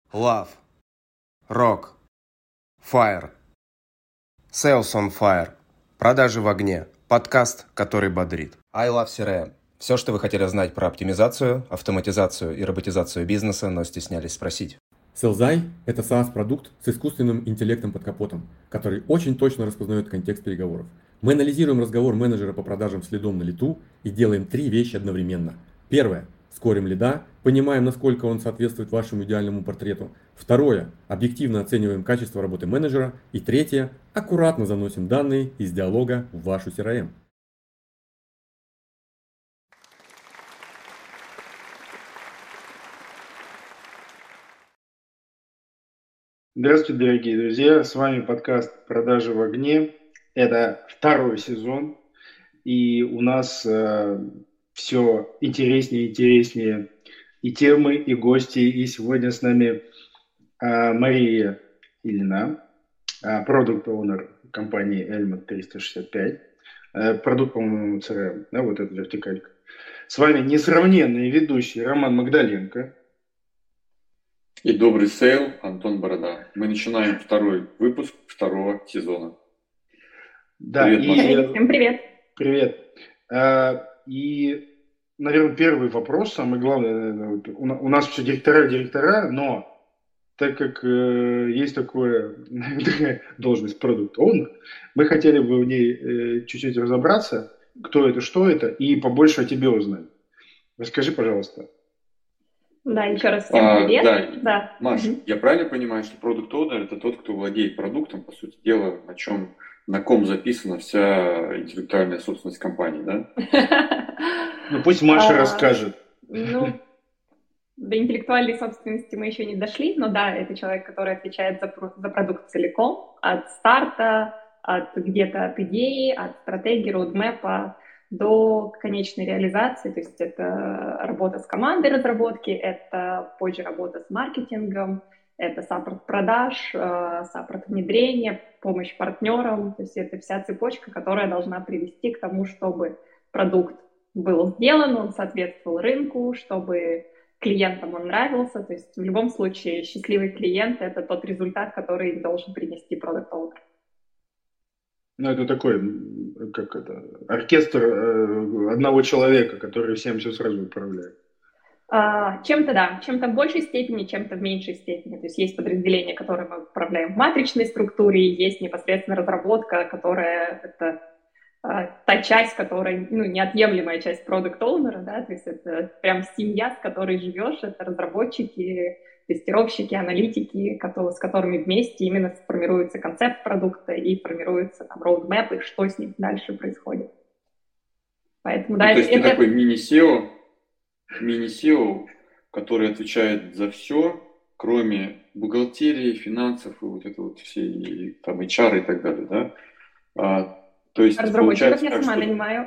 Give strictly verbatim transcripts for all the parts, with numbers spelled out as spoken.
Love, Rock, Fire, Sales on Fire, Продажи в огне, подкаст, который бодрит. I Love си ар эм. Все, что вы хотели знать про оптимизацию, автоматизацию и роботизацию бизнеса, но стеснялись спросить. Селзай – это SaaS-продукт с искусственным интеллектом под капотом, который очень точно распознает контекст переговоров. Мы анализируем разговор менеджера по продажам следом на лету и делаем три вещи одновременно. Первое – скорим лида, понимаем, насколько он соответствует вашему идеальному портрету. Второе – объективно оцениваем качество работы менеджера. И третье – аккуратно заносим данные из диалога в вашу си ар эм. Здравствуйте, дорогие друзья! С вами подкаст «Продажи в огне». Это второй сезон, и у нас э, все интереснее и интереснее и темы, и гости. И сегодня с нами э, Мария Ильина, э, продукт-оунер компании Эльмот триста шестьдесят пять, э, продукт, по-моему, си ар эм, да, вот эта вертикалька. С вами несравненный ведущий Роман Магдаленко. И добрый сейл Антон Борода. Мы начинаем второй выпуск второго сезона. Да, привет, и... Маша. Всем привет. Привет. А, и, наверное, первый вопрос, самый главный, у нас все директора-директора, но так как э, есть такое, такая должность продукт-оунер, мы хотели бы в ней э, чуть-чуть разобраться, кто это, что это, и побольше о тебе узнать. Расскажи, пожалуйста. Да, еще раз всем привет. А, да. да. Маш, угу. я правильно понимаю, что продукт-оунер – это тот, кто владеет продуктом, по сути дела, на чем, на ком записана вся интеллектуальная собственность компании, да? Ну, пусть Маша расскажет. Ну, до интеллектуальной собственности мы еще не дошли, но да, это человек, который отвечает за, за продукт целиком, от старта, от где-то от идеи, от стратегии, роудмэпа, до конечной реализации, то есть это работа с командой разработки, это позже работа с маркетингом, это саппорт продаж, саппорт внедрения, помощь партнерам, то есть это вся цепочка, которая должна привести к тому, чтобы продукт был сделан, он соответствовал рынку, чтобы клиентам он нравился, то есть в любом случае счастливый клиент – это тот результат, который должен принести продукт-оунер. Ну, это такой, как это, оркестр э, одного человека, который всем все сразу управляет. А, чем-то да, чем-то в большей степени, чем-то в меньшей степени. То есть есть подразделения, которые мы управляем в матричной структуре, есть непосредственно разработка, которая это а, та часть, которая, ну, неотъемлемая часть продукт-оунера, да, то есть это прям семья, с которой живешь, это разработчики, тестировщики, аналитики, с которыми вместе именно сформируется концепт продукта и формируется там роудмэп, и что с ним дальше происходит. Поэтому, да, ну, то есть это... ты такой мини-сео, мини-сео, который отвечает за все, кроме бухгалтерии, финансов и вот это вот все, и, там, эйч ар и так далее, да? А, то есть разработчиков я так, сама что... нанимаю.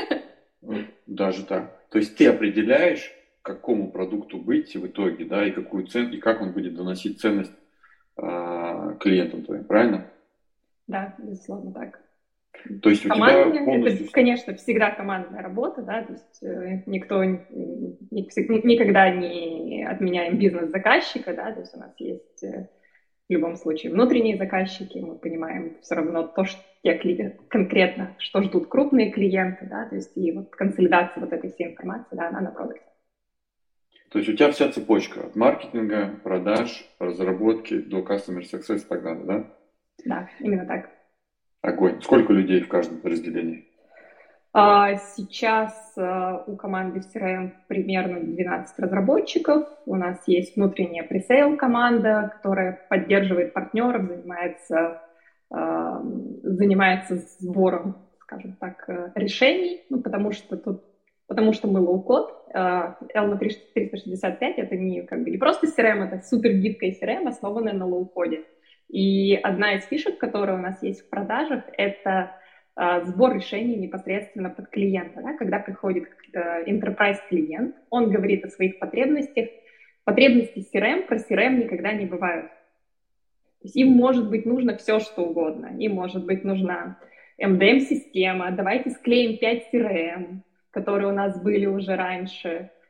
Даже так. То есть ты определяешь, какому продукту быть в итоге, да, и какую цену, и как он будет доносить ценность а, клиентам твоим, правильно? Да, безусловно, так. То есть у командная, тебя полностью... это, конечно, всегда командная работа, да, то есть э, никто ни, ни, никогда не отменяем бизнес заказчика, да, то есть у нас есть э, в любом случае внутренние заказчики, мы понимаем все равно то, что те клиенты, конкретно, что ждут крупные клиенты, да, то есть и вот консолидация вот этой всей информации, да, она на продукте. То есть у тебя вся цепочка от маркетинга, продаж, разработки до customer success и так далее, да? Да, именно так. Огонь. Сколько людей в каждом подразделении? Сейчас у команды в си ар эм примерно двенадцать разработчиков. У нас есть внутренняя пресейл команда, которая поддерживает партнеров, занимается, занимается сбором, скажем так, решений, ну, потому что тут Потому что мы лоу-код. Эльмот триста шестьдесят пять это не, как бы, не просто си ар эм, это супер гибкая си ар эм, основанная на лоу-коде. И одна из фишек, которая у нас есть в продажах, это а, сбор решений непосредственно под клиента. Да? Когда приходит а, enterprise клиент, он говорит о своих потребностях. Потребности си ар эм про си ар эм никогда не бывают. То есть им может быть нужно все, что угодно. Им может быть нужна эм ди эм-система, давайте склеим пять си ар эм, которые у нас были уже раньше.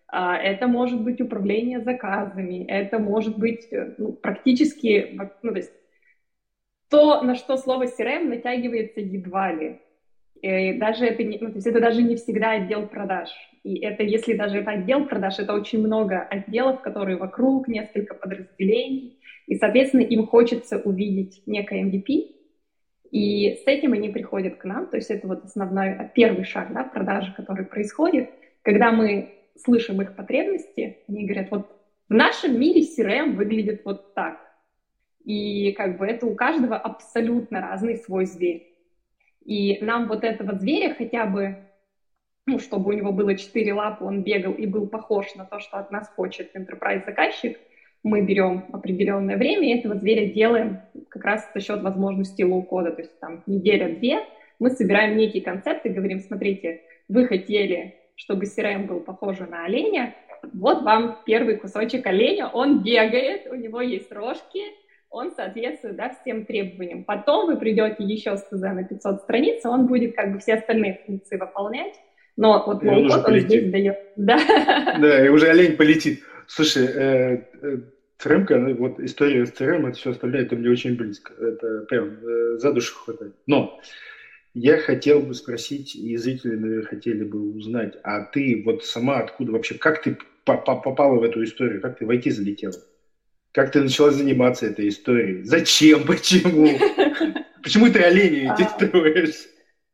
это может быть управление заказами, это может быть ну, практически, ну, то есть то, на что слово си ар эм натягивается едва ли. И даже это, не, ну, то есть это даже не всегда отдел продаж. И это, если даже это отдел продаж, это очень много отделов, которые вокруг, несколько подразделений. И, соответственно, им хочется увидеть некое эм ви пи. И с этим они приходят к нам. То есть это вот основной, первый шаг, да, продажи, который происходит. Когда мы слышим их потребности, они говорят, вот в нашем мире си ар эм выглядит вот так. И как бы это у каждого абсолютно разный свой зверь. И нам вот этого зверя хотя бы, ну, чтобы у него было четыре лапы, он бегал и был похож на то, что от нас хочет enterprise-заказчик, мы берем определенное время и этого зверя делаем как раз за счет возможности лоу-кода. То есть там неделя-две мы собираем некий концепт и говорим, смотрите, вы хотели, чтобы си ар эм был похож на оленя, вот вам первый кусочек оленя, он бегает, у него есть рожки, он соответствует, да, всем требованиям. Потом вы придете еще с ТЗ на пятьсот страниц, он будет как бы все остальные функции выполнять, но вот лоу-код он, он здесь дает. Да. Да, и уже олень полетит. Слушай, э, э, си ар эм, вот история с си ар эм, это все остальное, это мне очень близко. Это прям э, за душу хватает. Но я хотел бы спросить, и зрители, наверное, хотели бы узнать, а ты вот сама откуда вообще, как ты попала в эту историю, как ты в ай ти залетела? Как ты начала заниматься этой историей? Зачем? Почему? Почему ты оленей эти строишь?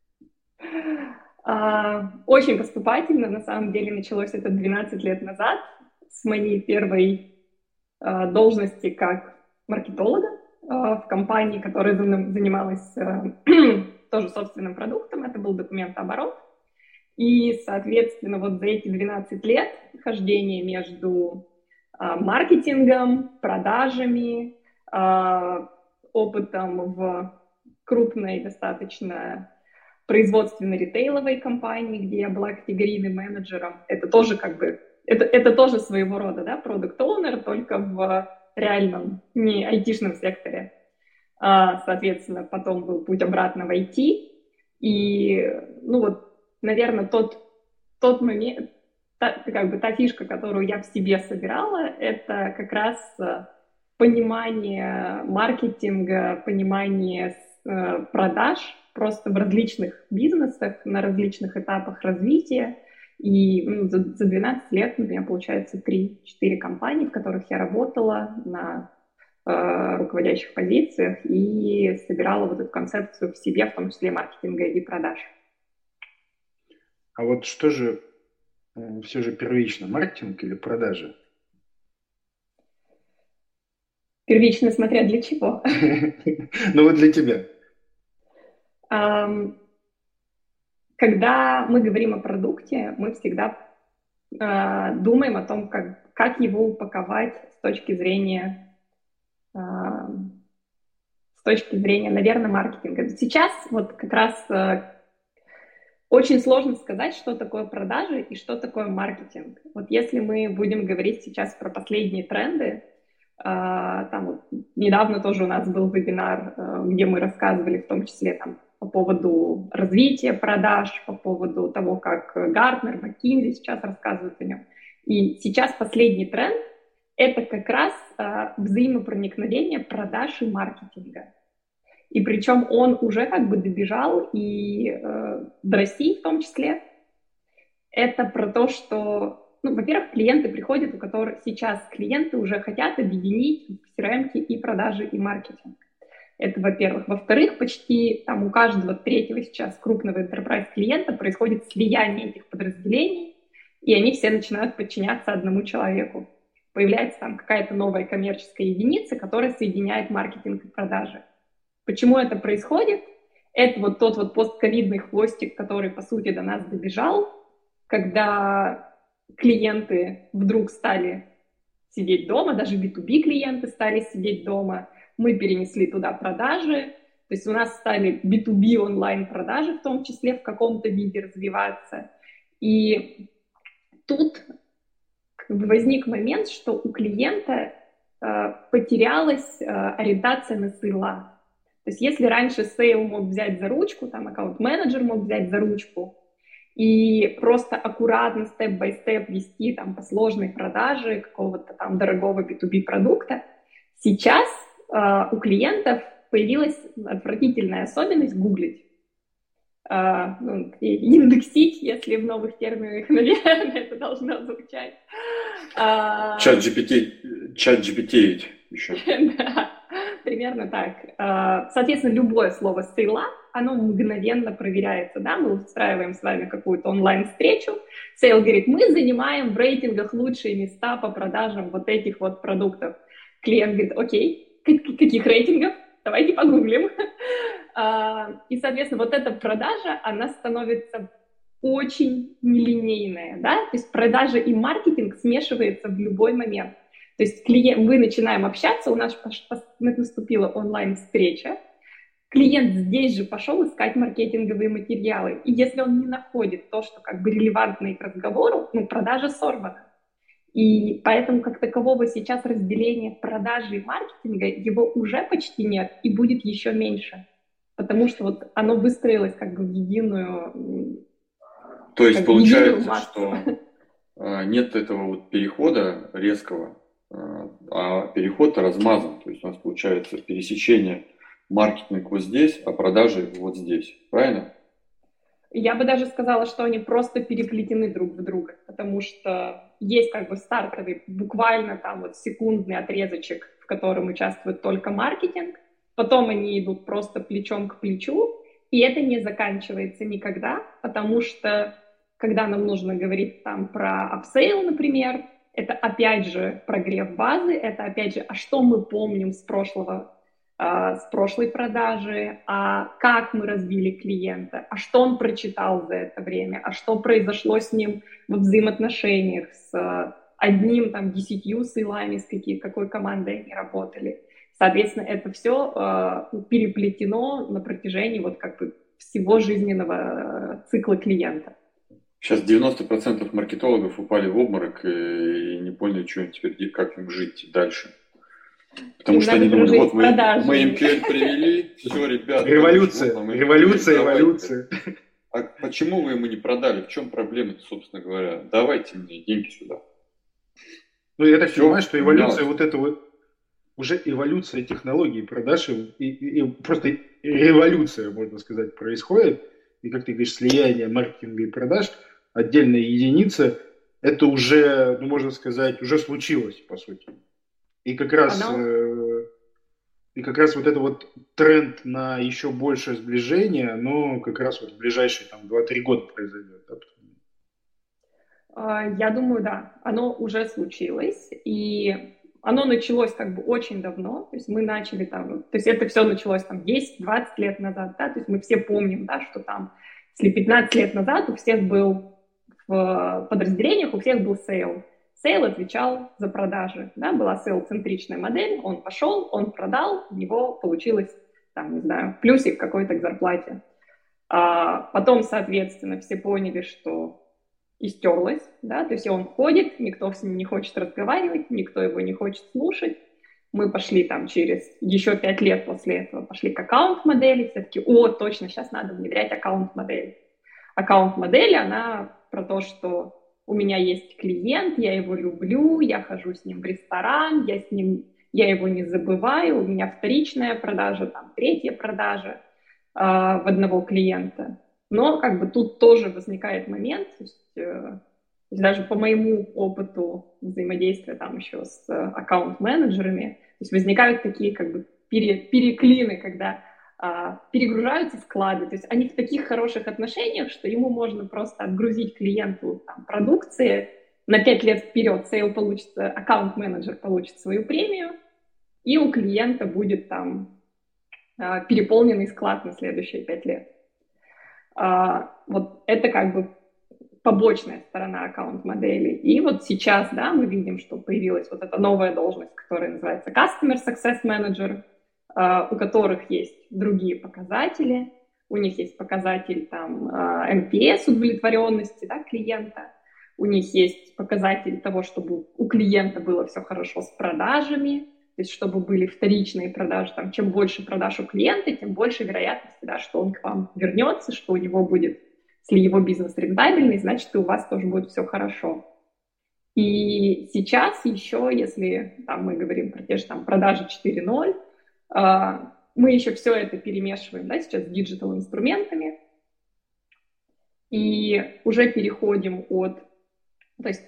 Очень поступательно. На самом деле началось это двенадцать лет назад с моей первой должности как маркетолога в компании, которая занималась тоже собственным продуктом. Это был документооборот. И, соответственно, вот за эти двенадцать лет хождения между маркетингом, продажами, опытом в крупной достаточно производственно-ритейловой компании, где я была категорийным менеджером. Это тоже как бы, это, это тоже своего рода, да, продукт-оунер, только в реальном, не айтишном секторе. Соответственно, потом был путь обратно в ай ти. И, ну вот, наверное, тот, тот момент, Та, как бы та фишка, которую я в себе собирала, это как раз понимание маркетинга, понимание э, продаж просто в различных бизнесах, на различных этапах развития. И ну, за, за двенадцать лет у меня, получается, три-четыре компании, в которых я работала на э, руководящих позициях и собирала вот эту концепцию в себе, в том числе маркетинга и продаж. А вот что же все же первично, маркетинг или продажи? Первично, смотря для чего. Ну вот для тебя. Когда мы говорим о продукте, мы всегда думаем о том, как, как его упаковать с точки зрения, с точки зрения, наверное, маркетинга. Сейчас вот как раз очень сложно сказать, что такое продажи и что такое маркетинг. Вот если мы будем говорить сейчас про последние тренды, там вот недавно тоже у нас был вебинар, где мы рассказывали в том числе там, по поводу развития продаж, по поводу того, как Гартнер, McKinsey сейчас рассказывают о нем. И сейчас последний тренд – это как раз взаимопроникновение продаж и маркетинга. И причем он уже как бы добежал и э, до России в том числе. Это про то, что, ну, во-первых, клиенты приходят, у которых сейчас клиенты уже хотят объединить в си ар эм и продажи, и маркетинг. Это, во-первых. Во-вторых, почти там у каждого третьего сейчас крупного enterprise клиента происходит слияние этих подразделений, и они все начинают подчиняться одному человеку. Появляется там какая-то новая коммерческая единица, которая соединяет маркетинг и продажи. Почему это происходит? Это вот тот вот постковидный хвостик, который, по сути, до нас добежал, когда клиенты вдруг стали сидеть дома, даже би ту би клиенты стали сидеть дома, мы перенесли туда продажи, то есть у нас стали би ту би онлайн-продажи в том числе в каком-то виде развиваться. И тут как бы возник момент, что у клиента э, потерялась э, ориентация на сейла. То есть если раньше сейл мог взять за ручку, там аккаунт-менеджер мог взять за ручку, и просто аккуратно, степ-бай-степ вести там по сложной продаже какого-то там дорогого би ту би продукта. Сейчас э, у клиентов появилась отвратительная особенность гуглить. Uh, ну, индексить, если в новых терминах, наверное, это должно звучать. Uh, Чат джи пи ти, чат джи пи ти еще. Да, примерно так. Uh, соответственно, любое слово сейла, оно мгновенно проверяется. Да? Мы устраиваем с вами какую-то онлайн-встречу. Сейл говорит, мы занимаем в рейтингах лучшие места по продажам вот этих вот продуктов. Клиент говорит, окей, каких рейтингов? Давайте погуглим. И, соответственно, вот эта продажа, она становится очень нелинейная, да, то есть продажа и маркетинг смешивается в любой момент. То есть клиент, мы начинаем общаться, у нас наступила онлайн-встреча, клиент здесь же пошел искать маркетинговые материалы, и если он не находит то, что как бы релевантно к разговору, ну, продажа сорвана. И поэтому как такового сейчас разделения продажи и маркетинга, его уже почти нет и будет еще меньше. Потому что вот оно выстроилось как бы в единую. То есть получается, что нет этого вот перехода резкого, а переход размазан. То есть у нас получается пересечение маркетинг вот здесь, а продажи вот здесь. Правильно? Я бы даже сказала, что они просто переплетены друг в друга, потому что есть как бы стартовый, буквально там вот секундный отрезочек, в котором участвует только маркетинг. Потом они идут просто плечом к плечу, и это не заканчивается никогда, потому что, когда нам нужно говорить там про апсейл, например, это опять же прогрев базы, это опять же, а что мы помним с прошлого, э, с прошлой продажи, а как мы развили клиента, а что он прочитал за это время, а что произошло с ним во взаимоотношениях с одним, там, десятью сейлами, с какой, какой командой они работали. Соответственно, это все э, переплетено на протяжении вот как бы всего жизненного цикла клиента. Сейчас девяносто процентов маркетологов упали в обморок и не поняли, что им теперь, как им жить дальше. Потому им что они думали, вот мы, мы им клиент привели, все, ребята. Революция, вот, революция, эволюция. А почему вы ему не продали? В чем проблема, собственно говоря? Давайте мне деньги сюда. Ну, я так все, понимаю, что эволюция вот это вот уже эволюция технологий продаж и, и, и просто революция, можно сказать, происходит. И, как ты говоришь, слияние маркетинга и продаж, отдельная единица, это уже, ну, можно сказать, уже случилось, по сути. И как раз, э, и как раз вот это вот тренд на еще большее сближение, но как раз вот в ближайшие там два-три года произойдет. Да? Я думаю, да, оно уже случилось, и оно началось как бы очень давно, то есть мы начали там, то есть это все началось там десять-двадцать лет назад, да, то есть мы все помним, да, что там, если пятнадцать лет назад у всех был в подразделениях, у всех был сейл. Сейл отвечал за продажи, да, была сейл-центричная модель, он пошел, он продал, у него получилось, там, не знаю, плюсик какой-то к зарплате. А потом, соответственно, все поняли, что и стерлось, да, то есть он ходит, никто с ним не хочет разговаривать, никто его не хочет слушать. Мы пошли там через еще пять лет после этого, пошли к аккаунт-модели, все таки, о, точно, сейчас надо внедрять аккаунт-модель. Аккаунт-модель, она про то, что у меня есть клиент, я его люблю, я хожу с ним в ресторан, я с ним, я его не забываю, у меня вторичная продажа, там, третья продажа э, в одного клиента. Но как бы тут тоже возникает момент, то есть, э, то есть даже по моему опыту взаимодействия там еще с э, аккаунт-менеджерами, то есть возникают такие как бы пере, переклины, когда э, перегружаются склады, то есть они в таких хороших отношениях, что ему можно просто отгрузить клиенту там, продукции, на пять лет вперед сейл получится, аккаунт-менеджер получит свою премию, и у клиента будет там э, переполненный склад на следующие пять лет. Uh, вот это как бы побочная сторона аккаунт-модели. И вот сейчас, да, мы видим, что появилась вот эта новая должность, которая называется Customer Success Manager, uh, у которых есть другие показатели, у них есть показатель там uh, эн пи эс удовлетворенности, да, клиента, у них есть показатель того, чтобы у клиента было все хорошо с продажами, то есть чтобы были вторичные продажи, там, чем больше продаж у клиента, тем больше вероятности, да, что он к вам вернется, что у него будет Если его бизнес рентабельный, значит, и у вас тоже будет все хорошо. И сейчас еще, если там, мы говорим про те же там, продажи четыре ноль, мы еще все это перемешиваем, да, сейчас с диджитал-инструментами, и уже переходим от, то есть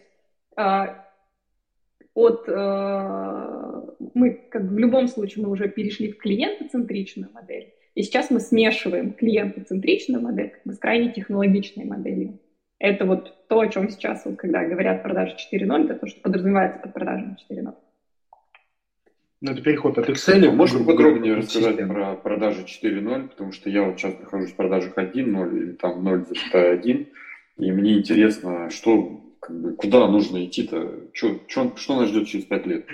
от, мы как бы в любом случае мы уже перешли в клиентоцентричную модель, и сейчас мы смешиваем клиентоцентричную модель как бы с крайне технологичной моделью. Это вот то, о чем сейчас, вот, когда говорят продажи четыре ноль, это то, что подразумевается под продажами четыре ноль. Ну, это переход от Excel. Можно подробнее рассказать про продажи четыре ноль, потому что я вот сейчас нахожусь в продажах один ноль или там ноль один, и мне интересно, что, как бы, куда нужно идти-то, что, что, что нас ждет через пять лет?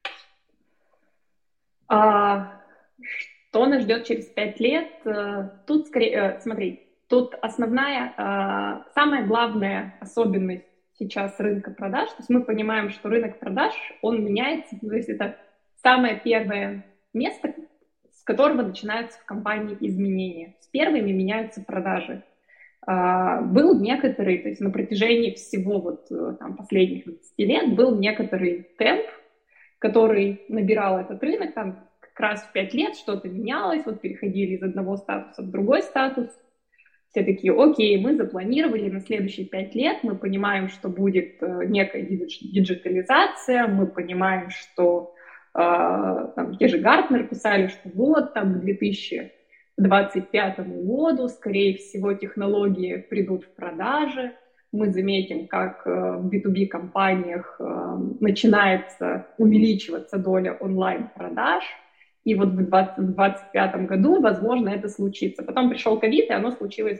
А, что нас ждет через пять лет? Тут скорее, смотри, тут основная, самая главная особенность сейчас рынка продаж, то есть мы понимаем, что рынок продаж, он меняется, то есть это самое первое место, с которого начинаются в компании изменения. С первыми меняются продажи. Был некоторый, то есть на протяжении всего вот там последних двадцати лет был некоторый темп, который набирал этот рынок, там как раз в пять лет что-то менялось, вот переходили из одного статуса в другой статус. Все такие, окей, мы запланировали на следующие пять лет, мы понимаем, что будет некая диджитализация, мы понимаем, что э, там, те же Гартнер писали, что вот там к две тысячи двадцать пятому году, скорее всего, технологии придут в продажи, мы заметим, как в би ту би компаниях э, начинается увеличиваться доля онлайн-продаж, и вот в двадцать пятом году, возможно, это случится. Потом пришел ковид, и оно случилось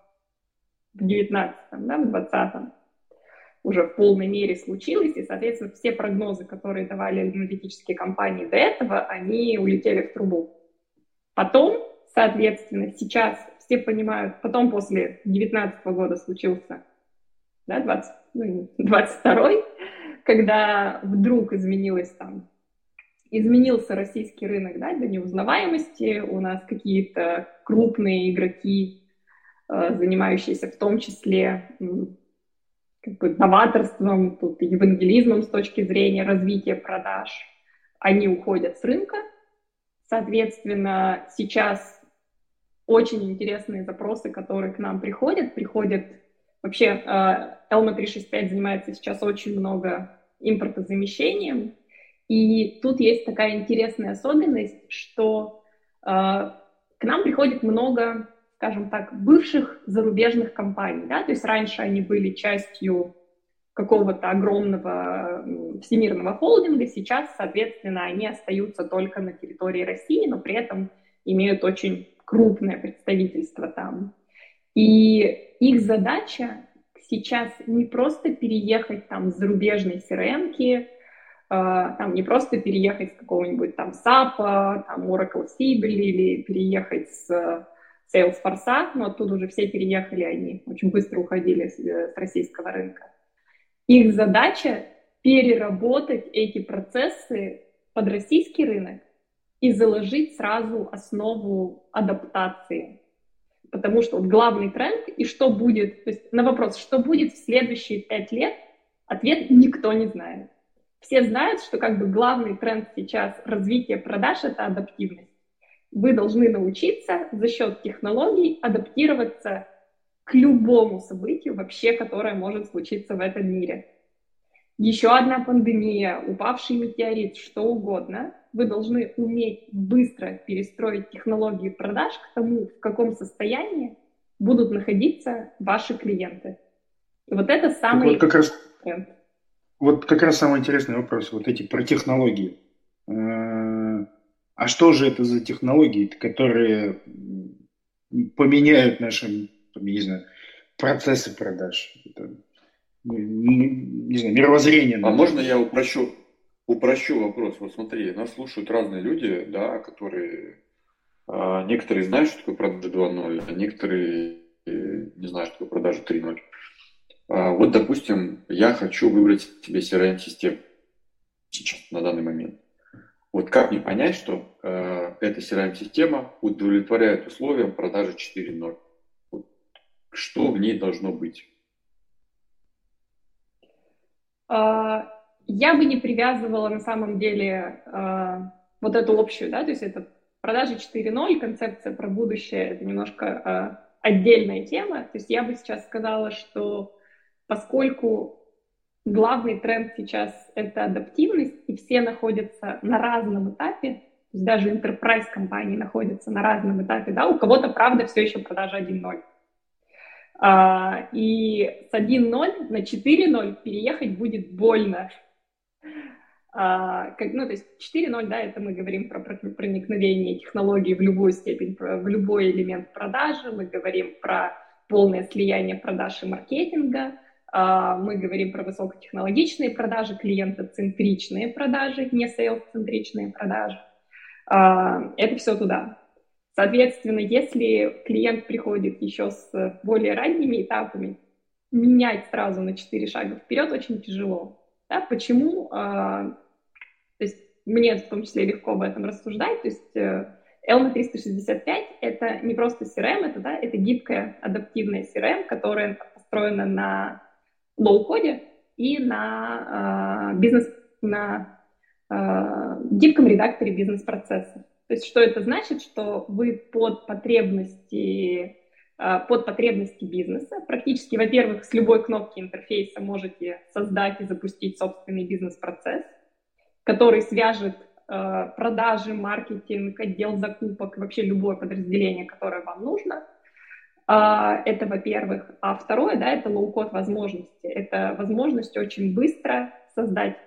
в девятнадцатом, да, в двадцатом. Уже в полной мере случилось, и, соответственно, все прогнозы, которые давали аналитические компании до этого, они улетели в трубу. Потом, соответственно, сейчас все понимают, потом после девятнадцатого года случился, да, двадцать, ну, двадцать второй, когда вдруг изменилось там, изменился российский рынок, да, до неузнаваемости, у нас какие-то крупные игроки, э, занимающиеся в том числе как бы новаторством, тут, евангелизмом с точки зрения развития продаж, они уходят с рынка. Соответственно, сейчас очень интересные запросы, которые к нам приходят, приходят вообще Elma триста шестьдесят пять занимается сейчас очень много импортозамещением, и тут есть такая интересная особенность, что э, к нам приходит много, скажем так, бывших зарубежных компаний, да, то есть раньше они были частью какого-то огромного всемирного холдинга, сейчас, соответственно, они остаются только на территории России, но при этом имеют очень крупное представительство там. И их задача сейчас не просто переехать там с зарубежной си эр эм-ки, там не просто переехать с какого-нибудь там сапа, там Oracle Siebel или переехать с Salesforce, но оттуда уже все переехали, они очень быстро уходили с, с российского рынка. Их задача переработать эти процессы под российский рынок и заложить сразу основу адаптации. Потому что вот главный тренд и что будет, то есть на вопрос, что будет в следующие пять лет, ответ никто не знает. Все знают, что как бы главный тренд сейчас развития продаж – это адаптивность. Вы должны научиться за счет технологий адаптироваться к любому событию вообще, которое может случиться в этом мире. Еще одна пандемия, упавший метеорит, что угодно. Вы должны уметь быстро перестроить технологии продаж к тому, в каком состоянии будут находиться ваши клиенты. И вот это самый вот как раз, тренд. Вот как раз самый интересный вопрос, вот эти про технологии. А что же это за технологии, которые поменяют наши, не знаю, процессы продаж? Это, не знаю, мировоззрение. А можно я упрощу, упрощу вопрос? Вот смотри, нас слушают разные люди, да, которые, а, некоторые знают, что такое продажа два ноль, а некоторые не знают, что такое продажа три ноль. А, вот, допустим, я хочу выбрать себе си эр эм-систему сейчас, на данный момент. Вот как мне понять, что э, эта си эр эм-система удовлетворяет условиям продажи четыре ноль? Вот что в ней должно быть? Я бы не привязывала на самом деле вот эту общую, да, то есть это продажи четыре ноль, концепция про будущее, это немножко отдельная тема. То есть я бы сейчас сказала, что поскольку главный тренд сейчас это адаптивность, и все находятся на разном этапе, то есть даже enterprise компании находятся на разном этапе, да, у кого-то, правда, все еще продажа один ноль. А, и с один ноль на четыре ноль переехать будет больно. А, как, ну, то есть четыре ноль, да, это мы говорим про проникновение технологий в любую степень, про, в любой элемент продажи, мы говорим про полное слияние продаж и маркетинга, а, мы говорим про высокотехнологичные продажи, клиентоцентричные продажи, не сейлс-центричные продажи. А, это все туда. Соответственно, если клиент приходит еще с более ранними этапами, менять сразу на четыре шага вперед очень тяжело. Да? Почему? То есть мне в том числе легко об этом рассуждать. То есть Elma триста шестьдесят пять — это не просто си ар эм, это, да, это гибкая адаптивная си ар эм, которая построена на лоу-коде и на бизнес, на гибком редакторе бизнес-процессов. То есть что это значит? Что вы под потребности, под потребности бизнеса практически, во-первых, с любой кнопки интерфейса можете создать и запустить собственный бизнес-процесс, который свяжет продажи, маркетинг, отдел закупок, вообще любое подразделение, которое вам нужно. Это, во-первых. А второе, да, это лоу-код возможности. Это возможность очень быстро создать,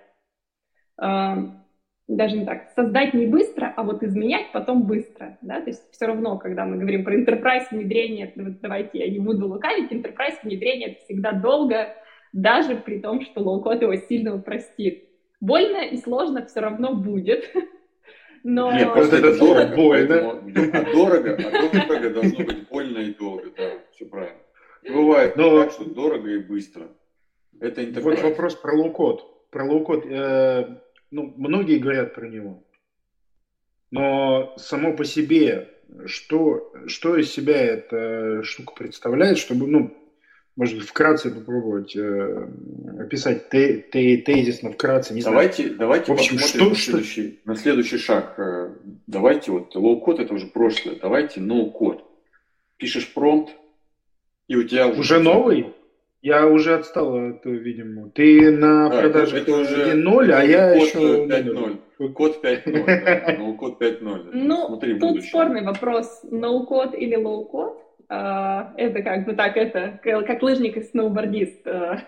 даже не так, создать не быстро, а вот изменять потом быстро, да, то есть все равно, когда мы говорим про enterprise внедрение, давайте я не буду лукавить, enterprise внедрение это всегда долго, даже при том, что лоу-код его сильно упростит. Больно и сложно все равно будет, но... Нет, просто это дорого, больно. А дорого, а дорого должно быть больно и долго, да, все правильно. Бывает но... так, что дорого и быстро. Это enterprise. Вот вопрос про лоу-код. Про лоу-код... Э... Ну, многие говорят про него, но само по себе, что, что из себя эта штука представляет, чтобы, ну, может быть, вкратце попробовать э, описать те, те, тезисно, вкратце, не давайте, знаю. Давайте в общем, посмотрим что, на, следующий, что... на следующий шаг. Давайте, вот, лоу-код это уже прошлое, давайте ноу-код. Пишешь промпт, и у тебя уже... Уже новый? Я уже отстал от, видимо. Ты на да, продаже это уже один ноль, а я код еще... пять ноль. Код пять ноль, да. Ноу-код пять ноль. Ну, смотри, тут спорный вопрос, ноу-код или лоу-код. Uh, это как бы так, это как лыжник и сноубордист. Uh,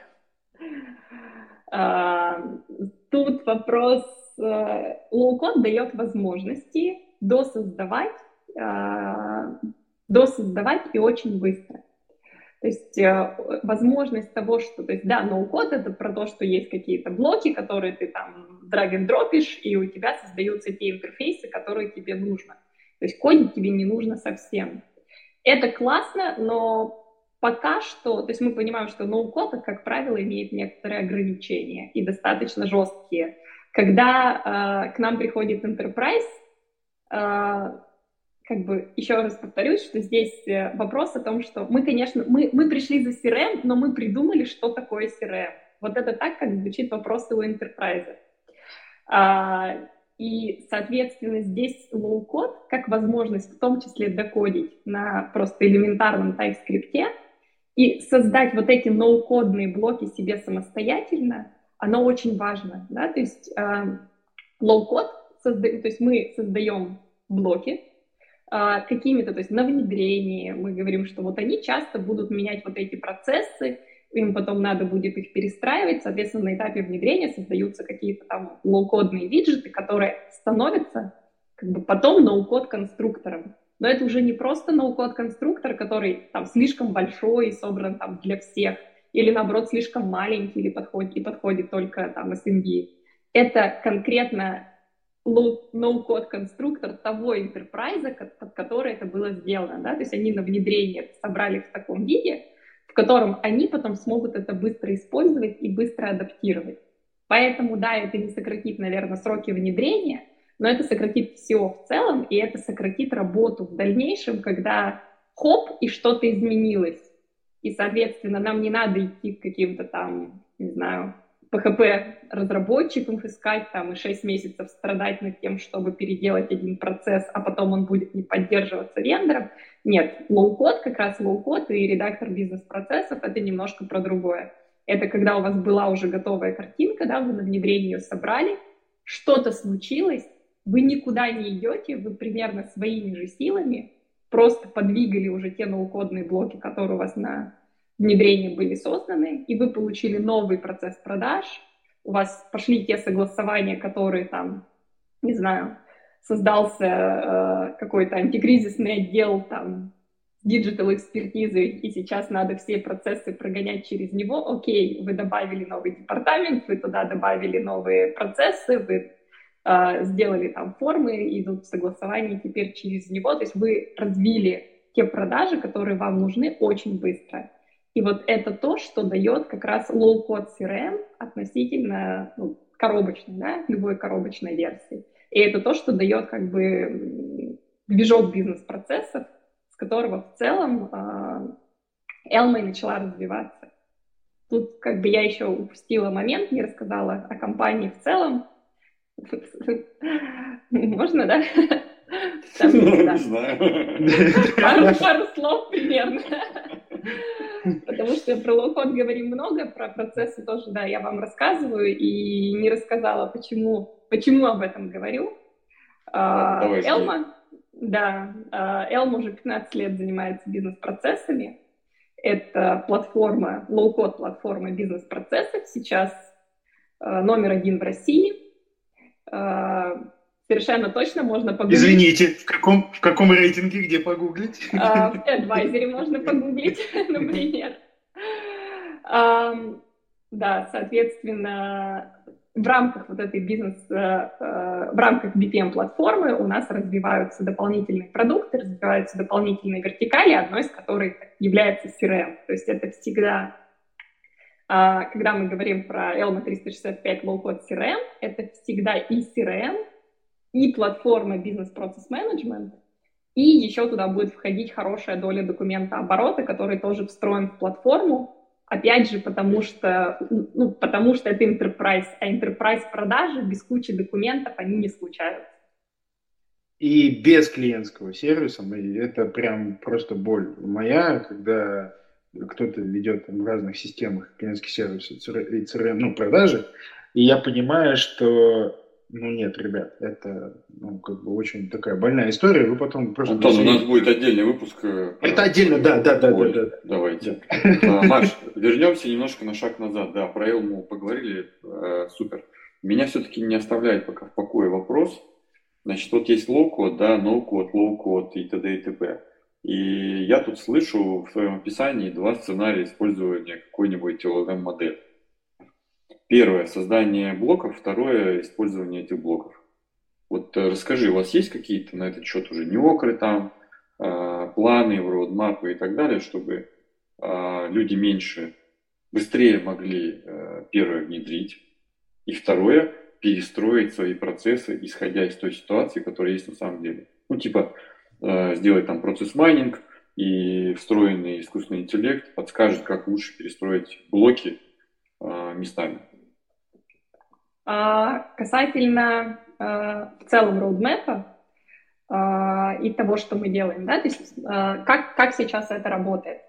uh, тут вопрос, uh, лоу-код дает возможности досоздавать, uh, досоздавать и очень быстро. То есть uh, возможность того, что, то есть да, ноу-код это про то, что есть какие-то блоки, которые ты там драг-н-дропишь, и у тебя создаются те интерфейсы, которые тебе нужно. То есть кодить тебе не нужно совсем. Это классно, но пока что, то есть мы понимаем, что ноу-код, как правило, имеет некоторые ограничения и достаточно жесткие. Когда э, к нам приходит enterprise, э, как бы еще раз повторюсь, что здесь вопрос о том, что мы, конечно, мы, мы пришли за си ар эм, но мы придумали, что такое си ар эм. Вот это так, как звучит вопрос у enterprise. А, И, соответственно, здесь лоу-код как возможность в том числе докодить на просто элементарном TypeScript и создать вот эти ноу-кодные блоки себе самостоятельно, оно очень важно. Да? То есть э, лоу-код, созда... то есть мы создаем блоки э, какими-то, то есть на внедрение, мы говорим, что вот они часто будут менять вот эти процессы, им потом надо будет их перестраивать, соответственно, на этапе внедрения создаются какие-то там лоу-кодные виджеты, которые становятся как бы потом ноу-код конструктором. Но это уже не просто ноу-код конструктор, который там слишком большой и собран там для всех, или наоборот слишком маленький или подходит, и подходит только там эс эм би. Это конкретно ноу-код конструктор того интерпрайза, под который это было сделано. Да? То есть они на внедрение собрали в таком виде, в котором они потом смогут это быстро использовать и быстро адаптировать. Поэтому, да, это не сократит, наверное, сроки внедрения, но это сократит все в целом, и это сократит работу в дальнейшем, когда хоп, и что-то изменилось. и, соответственно, нам не надо идти к каким-то там, не знаю, пи эйч пи-разработчикам искать там и шесть месяцев страдать над тем, чтобы переделать один процесс, а потом он будет не поддерживаться вендором. Нет, лоу-код, как раз лоу-код и редактор бизнес-процессов — это немножко про другое. Это когда у вас была уже готовая картинка, да, вы на внедрение ее собрали, что-то случилось, вы никуда не идете, вы примерно своими же силами просто подвигали уже те ноу-кодные блоки, которые у вас на внедрения были созданы, и вы получили новый процесс продаж, у вас пошли те согласования, которые там, не знаю, создался э, какой-то антикризисный отдел там с диджитал-экспертизой, и сейчас надо все процессы прогонять через него. Окей, вы добавили новый департамент, вы туда добавили новые процессы, вы э, сделали там формы, идут согласования теперь через него, то есть вы развили те продажи, которые вам нужны, очень быстро. И вот это то, что дает как раз low-code си ар эм относительно ну, коробочной, да, любой коробочной версии. И это то, что дает как бы движок бизнес-процессов, с которого в целом э, Elma и начала развиваться. Тут как бы я еще упустила момент, не рассказала о компании в целом. Можно, да? Не знаю. Пару слов примерно. Потому что про лоу-код говорим много, про процессы тоже, да, я вам рассказываю, и не рассказала, почему, почему об этом говорю. Elma, да, Elma уже пятнадцать лет занимается бизнес-процессами. Это платформа, лоу-код платформа бизнес-процессов, сейчас номер один в России. Совершенно точно можно погуглить. Извините, в каком, в каком рейтинге, где погуглить? Uh, в Advisory можно погуглить, например. Uh, да, соответственно, в рамках вот этой бизнес, uh, uh, в рамках би пи эм-платформы у нас развиваются дополнительные продукты, развиваются дополнительные вертикали, одной из которых является си ар эм. То есть это всегда, uh, когда мы говорим про Elma триста шестьдесят пять Low-Code си ар эм, это всегда и си ар эм, и платформа бизнес-процесс менеджмент, и еще туда будет входить хорошая доля документа оборота, который тоже встроен в платформу, опять же, потому что, ну, потому что это enterprise, а enterprise продажи без кучи документов, они не случаются. И без клиентского сервиса, это прям просто боль моя, когда кто-то ведет там в разных системах клиентский сервис и си ар эм, ну, продажи, и я понимаю, что ну нет, ребят, это ну, как бы очень такая больная история. Вы потом просто... Антон, у нас будет отдельный выпуск. Это отдельно, да, да, да, да, да. Давайте. А, Маш, вернемся немножко на шаг назад. Да, про Elma поговорили, э, супер. Меня все-таки не оставляет пока в покое вопрос. Значит, вот есть low-code, да, no-code, low-code и т.д. и т.п. И я тут слышу в своем описании два сценария использования какой-нибудь эл эл эм-модели. Первое – создание блоков, второе – использование этих блоков. Вот расскажи, у вас есть какие-то на этот счет уже неокры там, планы, роудмапы и так далее, чтобы люди меньше, быстрее могли, первое, внедрить, и второе – перестроить свои процессы, исходя из той ситуации, которая есть на самом деле. Ну, типа, сделать там процесс-майнинг, и встроенный искусственный интеллект подскажет, как лучше перестроить блоки местами. Касательно в целом роудмэпа и того, что мы делаем, да, то есть как, как сейчас это работает.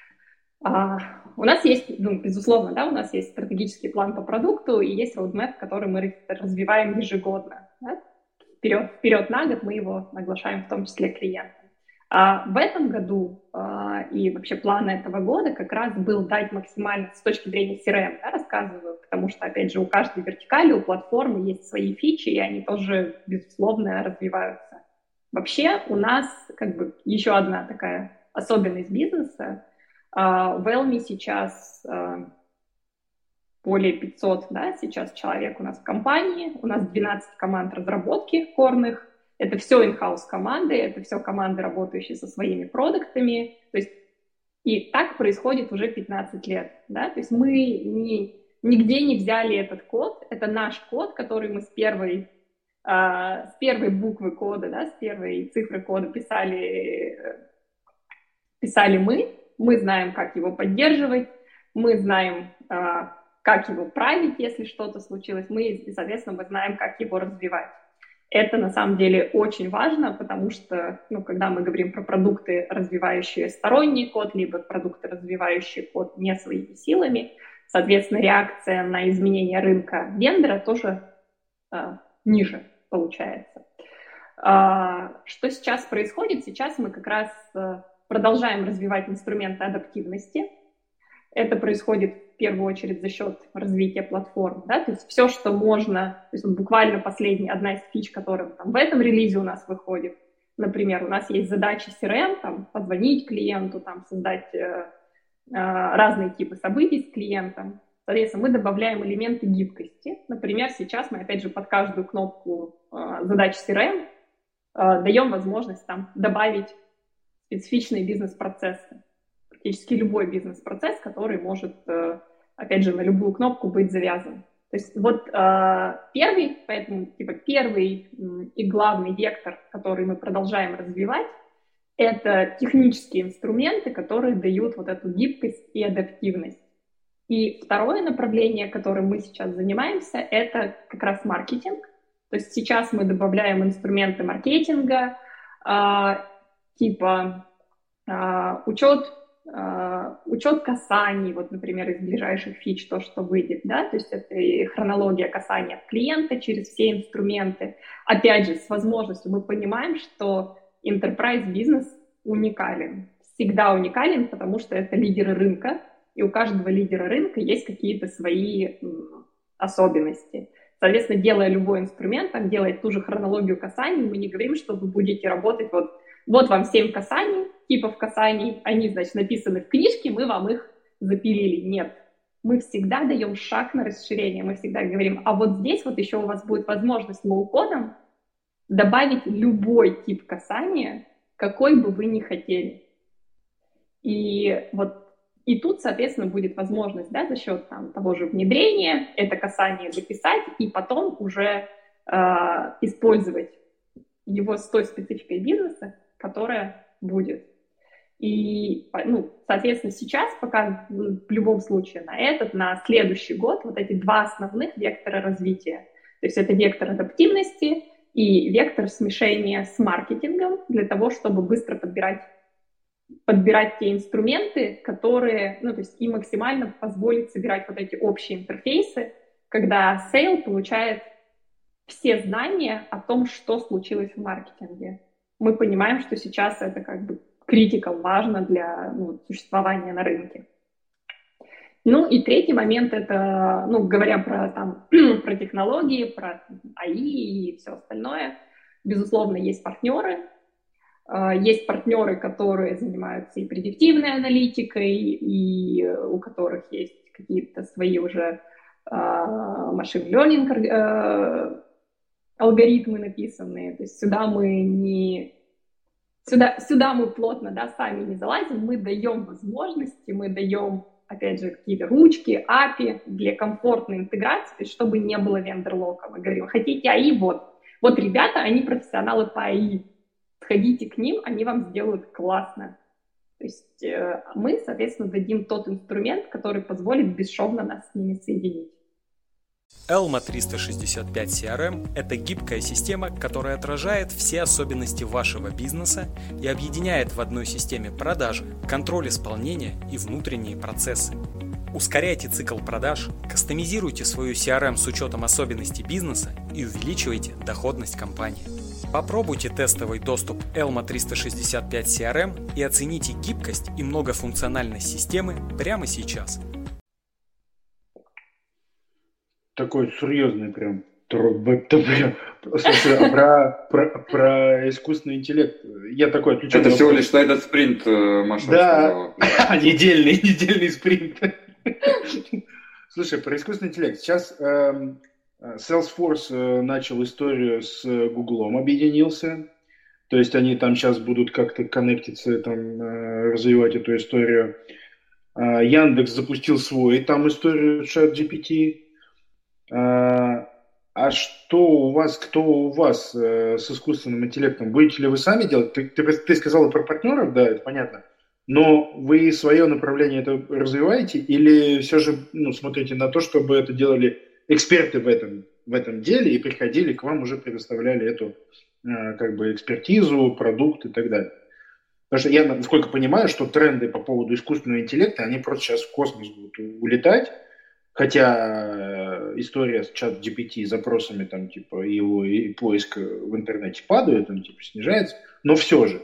У нас есть, ну, безусловно, да, у нас есть стратегический план по продукту и есть роудмэп, который мы развиваем ежегодно. Да? Вперед, вперед на год мы его оглашаем в том числе клиентам. А в этом году а, и вообще план этого года как раз был дать максимально с точки зрения си ар эм, да, рассказываю, потому что, опять же, у каждой вертикали, у платформы есть свои фичи, и они тоже, безусловно, развиваются. Вообще у нас как бы еще одна такая особенность бизнеса. А, в Elma сейчас а, более пятьсот, да, сейчас человек у нас в компании, у нас двенадцать команд разработки корных. Это все in-house команды, это все команды, работающие со своими продуктами. То есть и так происходит уже пятнадцать лет. Да? То есть мы ни, нигде не взяли этот код. Это наш код, который мы с первой, э, с первой буквы кода, да, с первой цифры кода писали, писали мы. мы знаем, как его поддерживать, мы знаем, как его править, если что-то случилось, мы, и, соответственно, мы знаем, как его развивать. Это на самом деле очень важно, потому что, ну, когда мы говорим про продукты, развивающие сторонний код, либо продукты, развивающие код не своими силами, соответственно, реакция на изменение рынка вендора тоже э, ниже получается. А, что сейчас происходит? Сейчас мы как раз э, продолжаем развивать инструменты адаптивности. Это происходит в первую очередь за счет развития платформ, да, то есть все, что можно, то есть вот буквально последняя, одна из фич, которая там в этом релизе у нас выходит, например, у нас есть задача си ар эм, там, позвонить клиенту, там, создать э, э, разные типы событий с клиентом, соответственно, мы добавляем элементы гибкости, например, сейчас мы, опять же, под каждую кнопку э, задач си ар эм э, даем возможность там добавить специфичные бизнес-процессы, практически любой бизнес-процесс, который может, опять же, на любую кнопку быть завязан. То есть вот первый, поэтому типа первый и главный вектор, который мы продолжаем развивать, это технические инструменты, которые дают вот эту гибкость и адаптивность. И второе направление, которым мы сейчас занимаемся, это как раз маркетинг. То есть сейчас мы добавляем инструменты маркетинга, типа учет Uh, учет касаний, вот, например, из ближайших фич, то, что выйдет, да, то есть это и хронология касания клиента через все инструменты. Опять же, с возможностью мы понимаем, что enterprise бизнес уникален, всегда уникален, потому что это лидеры рынка, и у каждого лидера рынка есть какие-то свои м, особенности. Соответственно, делая любой инструмент, там, делая ту же хронологию касаний, мы не говорим, что вы будете работать вот Вот вам семь касаний, типов касаний, они, значит, написаны в книжке, мы вам их запилили. Нет. Мы всегда даем шаг на расширение, мы всегда говорим, а вот здесь вот еще у вас будет возможность лоу-кодом добавить любой тип касания, какой бы вы ни хотели. И вот и тут, соответственно, будет возможность, да, за счет там, того же внедрения это касание дописать и потом уже э, использовать его с той спецификой бизнеса, которая будет. И, ну, соответственно, сейчас пока в любом случае на этот, на следующий год вот эти два основных вектора развития. То есть это вектор адаптивности и вектор смешения с маркетингом для того, чтобы быстро подбирать, подбирать те инструменты, которые, ну, то есть и максимально позволить собирать вот эти общие интерфейсы, когда сейл получает все знания о том, что случилось в маркетинге. Мы понимаем, что сейчас это как бы критикал важно для ну, существования на рынке. Ну и третий момент, это, ну, говоря про, там, про технологии, про эй ай и все остальное, безусловно, есть партнеры. Есть партнеры, которые занимаются и предиктивной аналитикой, и у которых есть какие-то свои уже машин learning алгоритмы написанные. То есть сюда мы не... Сюда, сюда мы плотно, да, сами не залазим, мы даем возможности, мы даем, опять же, какие-то ручки, эй пи ай для комфортной интеграции, то есть чтобы не было вендор-лока. Мы говорим, хотите эй ай, вот. Вот ребята, они профессионалы по эй ай. Сходите к ним, они вам сделают классно. То есть э, мы, соответственно, дадим тот инструмент, который позволит бесшовно нас с ними соединить. Elma триста шестьдесят пять си ар эм – это гибкая система, которая отражает все особенности вашего бизнеса и объединяет в одной системе продажи, контроль исполнения и внутренние процессы. Ускоряйте цикл продаж, кастомизируйте свою си ар эм с учетом особенностей бизнеса и увеличивайте доходность компании. Попробуйте тестовый доступ Elma триста шестьдесят пять си ар эм и оцените гибкость и многофункциональность системы прямо сейчас. Такой серьезный прям. Слушай, а про, про, про искусственный интеллект. Я такой отвечаю. Это всего лишь на этот спринт, Маша да. сказала. недельный, недельный спринт. Слушай, про искусственный интеллект. Сейчас э, Salesforce начал историю с Гуглом, объединился. То есть они там сейчас будут как-то коннектиться, там, э, развивать эту историю. Э, Яндекс запустил свой там историю ChatGPT. А, а что у вас, кто у вас э, с искусственным интеллектом? Будете ли вы сами делать? Ты, ты, ты сказала про партнеров, да, это понятно. но вы свое направление это развиваете или все же ну, смотрите на то, чтобы это делали эксперты в этом, в этом деле и приходили к вам, уже предоставляли эту э, как бы экспертизу, продукт и так далее? Потому что я, насколько понимаю, что тренды по поводу искусственного интеллекта, они просто сейчас в космос будут улетать, хотя история с чат джи пи ти, запросами там типа его и поиск в интернете падает, он типа снижается, но все же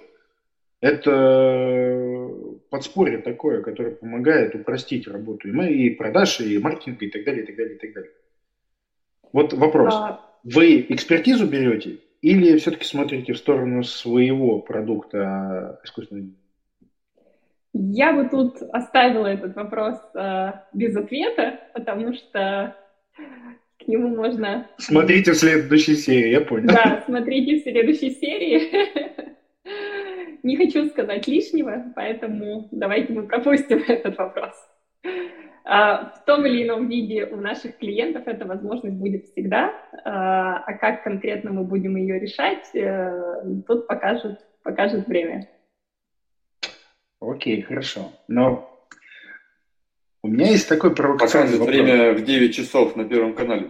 это подспорье такое, которое помогает упростить работу и продаж, и маркетинга, и так далее, и так далее, и так далее. Вот вопрос. Вы экспертизу берете или все-таки смотрите в сторону своего продукта искусственного интеллекта? Я бы тут оставила этот вопрос э, без ответа, потому что к нему можно... Смотрите в следующей серии, я понял. Да, смотрите в следующей серии. Не хочу сказать лишнего, поэтому давайте мы пропустим этот вопрос. В том или ином виде у наших клиентов эта возможность будет всегда, а как конкретно мы будем ее решать, тут покажет, покажет время. Окей, хорошо. Но у меня есть такой провокационный вопрос. Время в девять часов на Первом канале.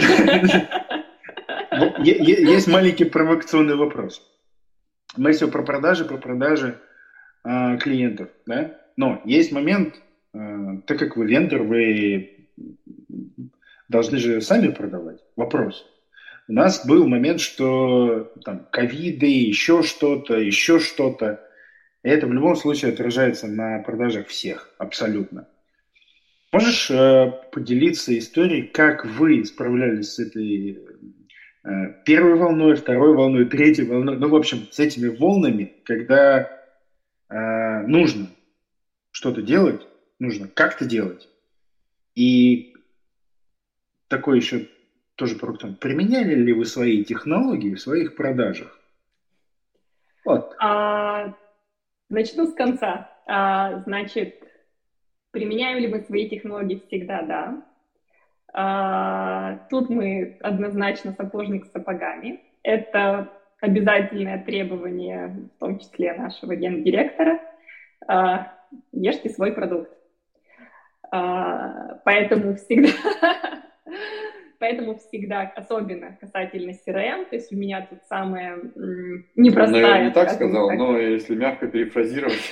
Есть маленький провокационный вопрос. Мы все про продажи, про продажи э, клиентов, да? Но есть момент, э, так как вы вендор, вы должны же сами продавать. Вопрос. У нас был момент, что там ковиды, еще что-то, еще что-то. И это в любом случае отражается на продажах всех, абсолютно. Можешь э, поделиться историей, как вы справлялись с этой... первой волной, второй волной, третьей волной, ну, в общем, с этими волнами, когда э, нужно что-то делать, нужно как-то делать. И такой еще тоже провокационный. Применяли ли вы свои технологии в своих продажах? Вот. А, начну с конца. А, значит, применяем ли мы свои технологии всегда? Да. Uh, тут мы однозначно сапожник с сапогами. Это обязательное требование, в том числе нашего гендиректора. Uh, ешьте свой продукт. Uh, поэтому всегда, поэтому всегда, особенно касательно си эр эм, то есть у меня тут самая м, непростая... Наверное, не так сказал, так. Но если мягко перефразировать...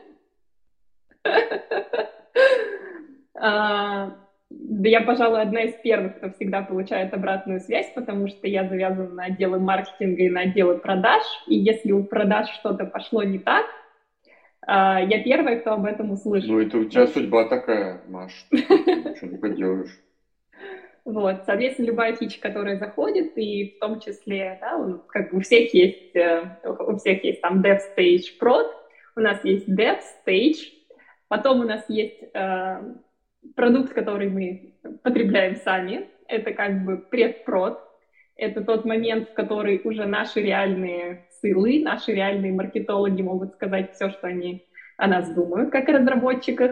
Uh, Да я, пожалуй, одна из первых, кто всегда получает обратную связь, потому что я завязана на отделы маркетинга и на отделы продаж, и если у продаж что-то пошло не так, я первая, кто об этом услышит. Ну, это у тебя судьба такая, Маш, ничего не поделаешь. Вот, соответственно, любая фича, которая заходит, и в том числе, да, как бы у всех есть, у всех есть там Dev Stage Prod, у нас есть Dev Stage, потом у нас есть... продукт, который мы потребляем сами, это как бы предпрод, это тот момент, в который уже наши реальные сылы, наши реальные маркетологи могут сказать все, что они о нас думают, как о разработчиках.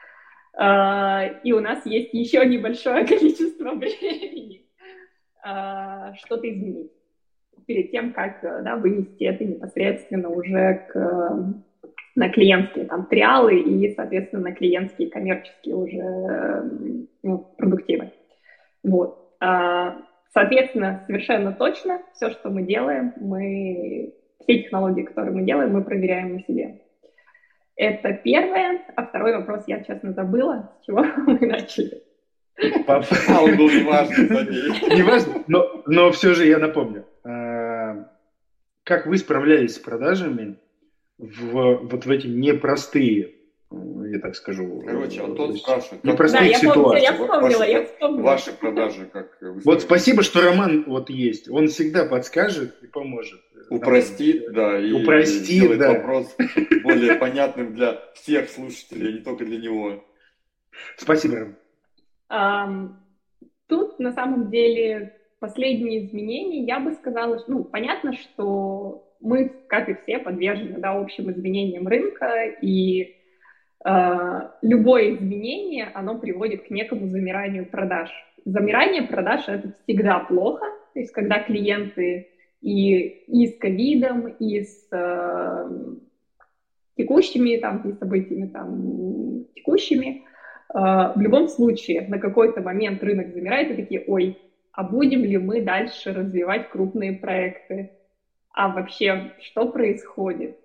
И у нас есть еще небольшое количество времени что-то изменить перед тем, как, да, вынести это непосредственно уже к... на клиентские там триалы и, соответственно, на клиентские коммерческие уже ну, продуктивы. Вот. Соответственно, совершенно точно все, что мы делаем, мы все технологии, которые мы делаем, мы проверяем на себе. Это первое. А второй вопрос я, честно, забыла, с чего мы начали. А он был неважный. Неважно, но, но все же я напомню. Как вы справлялись с продажами в, вот в эти непростые, я так скажу... Короче, Антон спрашивает. Непростые да, ситуации. Я вспомнила, ваши, я вспомнила. Ваши продажи как вы Вот спасибо, что Роман вот есть. Он всегда подскажет и поможет. Упростит, да, и Упростит, сделает да. вопрос более понятным для всех слушателей, а не только для него. Спасибо, Роман. Um, тут, на самом деле, последние изменения, я бы сказала, ну, понятно, что мы, как и все, подвержены, да, общим изменениям рынка, и э, любое изменение, оно приводит к некому замиранию продаж. Замирание продаж – это всегда плохо, то есть когда клиенты и, и с ковидом, и с, э, текущими там, и событиями там, текущими. В любом случае, на какой-то момент рынок замирает и такие, ой, а будем ли мы дальше развивать крупные проекты? А вообще, что происходит?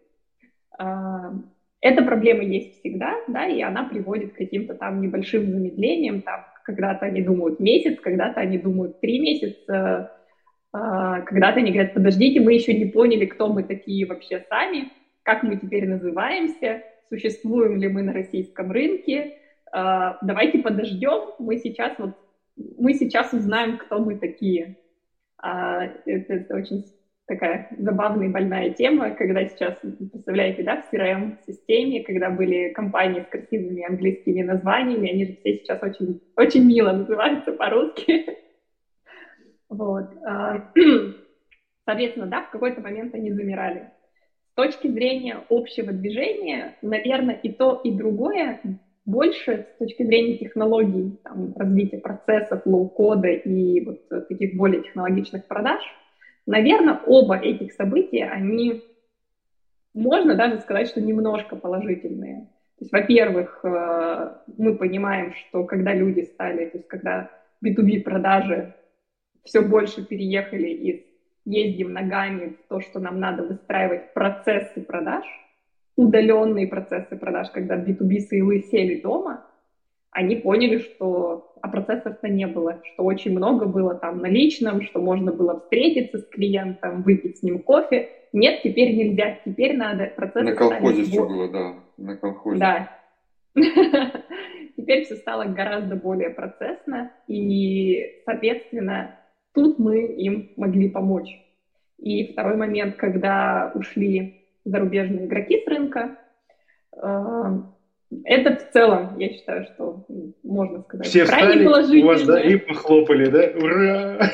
Эта проблема есть всегда, да, и она приводит к каким-то там небольшим замедлениям. Там, когда-то они думают месяц, когда-то они думают три месяца, когда-то они говорят, подождите, мы еще не поняли, кто мы такие вообще сами, как мы теперь называемся, существуем ли мы на российском рынке. Давайте подождем, мы сейчас вот мы сейчас узнаем, кто мы такие. Это, это очень такая забавная и больная тема, когда сейчас, представляете, да, в си ар эм-системе, когда были компании с красивыми английскими названиями, они же все сейчас очень, очень мило называются по-русски. Вот. Соответственно, да, в какой-то момент они замирали. С точки зрения общего движения, наверное, и то, и другое больше с точки зрения технологий, там, развития процессов, лоу-кода и вот таких более технологичных продаж, наверное, оба этих события, они, можно даже сказать, что немножко положительные. То есть, во-первых, мы понимаем, что когда люди стали, то есть когда би ту би продажи все больше переехали из ездим ногами в то, что нам надо выстраивать процессы продаж, удаленные процессы продаж, когда би ту би сейлы сели дома, они поняли, что а процессов-то не было, что очень много было там на личном, что можно было встретиться с клиентом, выпить с ним кофе. Нет, теперь нельзя, теперь надо процессы... На колхозе все было, да, на колхозе. Да. Теперь все стало гораздо более процессно, и, соответственно, тут мы им могли помочь. И второй момент, когда ушли зарубежные игроки с рынка, это в целом, я считаю, что можно сказать, все крайне встали, положительно. У вас, да, и похлопали, да? Ура!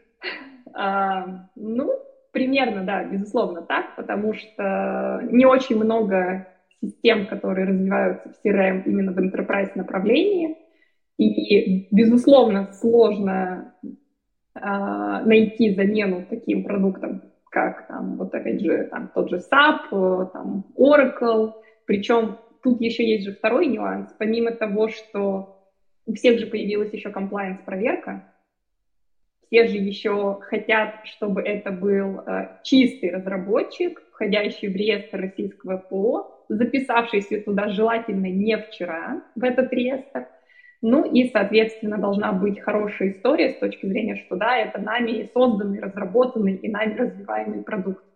А, ну, примерно, да, безусловно так, потому что не очень много систем, которые развиваются в си ар эм именно в enterprise направлении, и, безусловно, сложно а, найти замену таким продуктам, как там, вот опять же, там, тот же сап, там, Oracle. Причем тут еще есть же второй нюанс. Помимо того, что у всех же появилась еще комплаенс-проверка, все же еще хотят, чтобы это был э, чистый разработчик, входящий в реестр российского эф о, записавшийся туда желательно не вчера в этот реестр. Ну и, соответственно, должна быть хорошая история с точки зрения, что да, это нами созданный, разработанный и нами развиваемый продукт.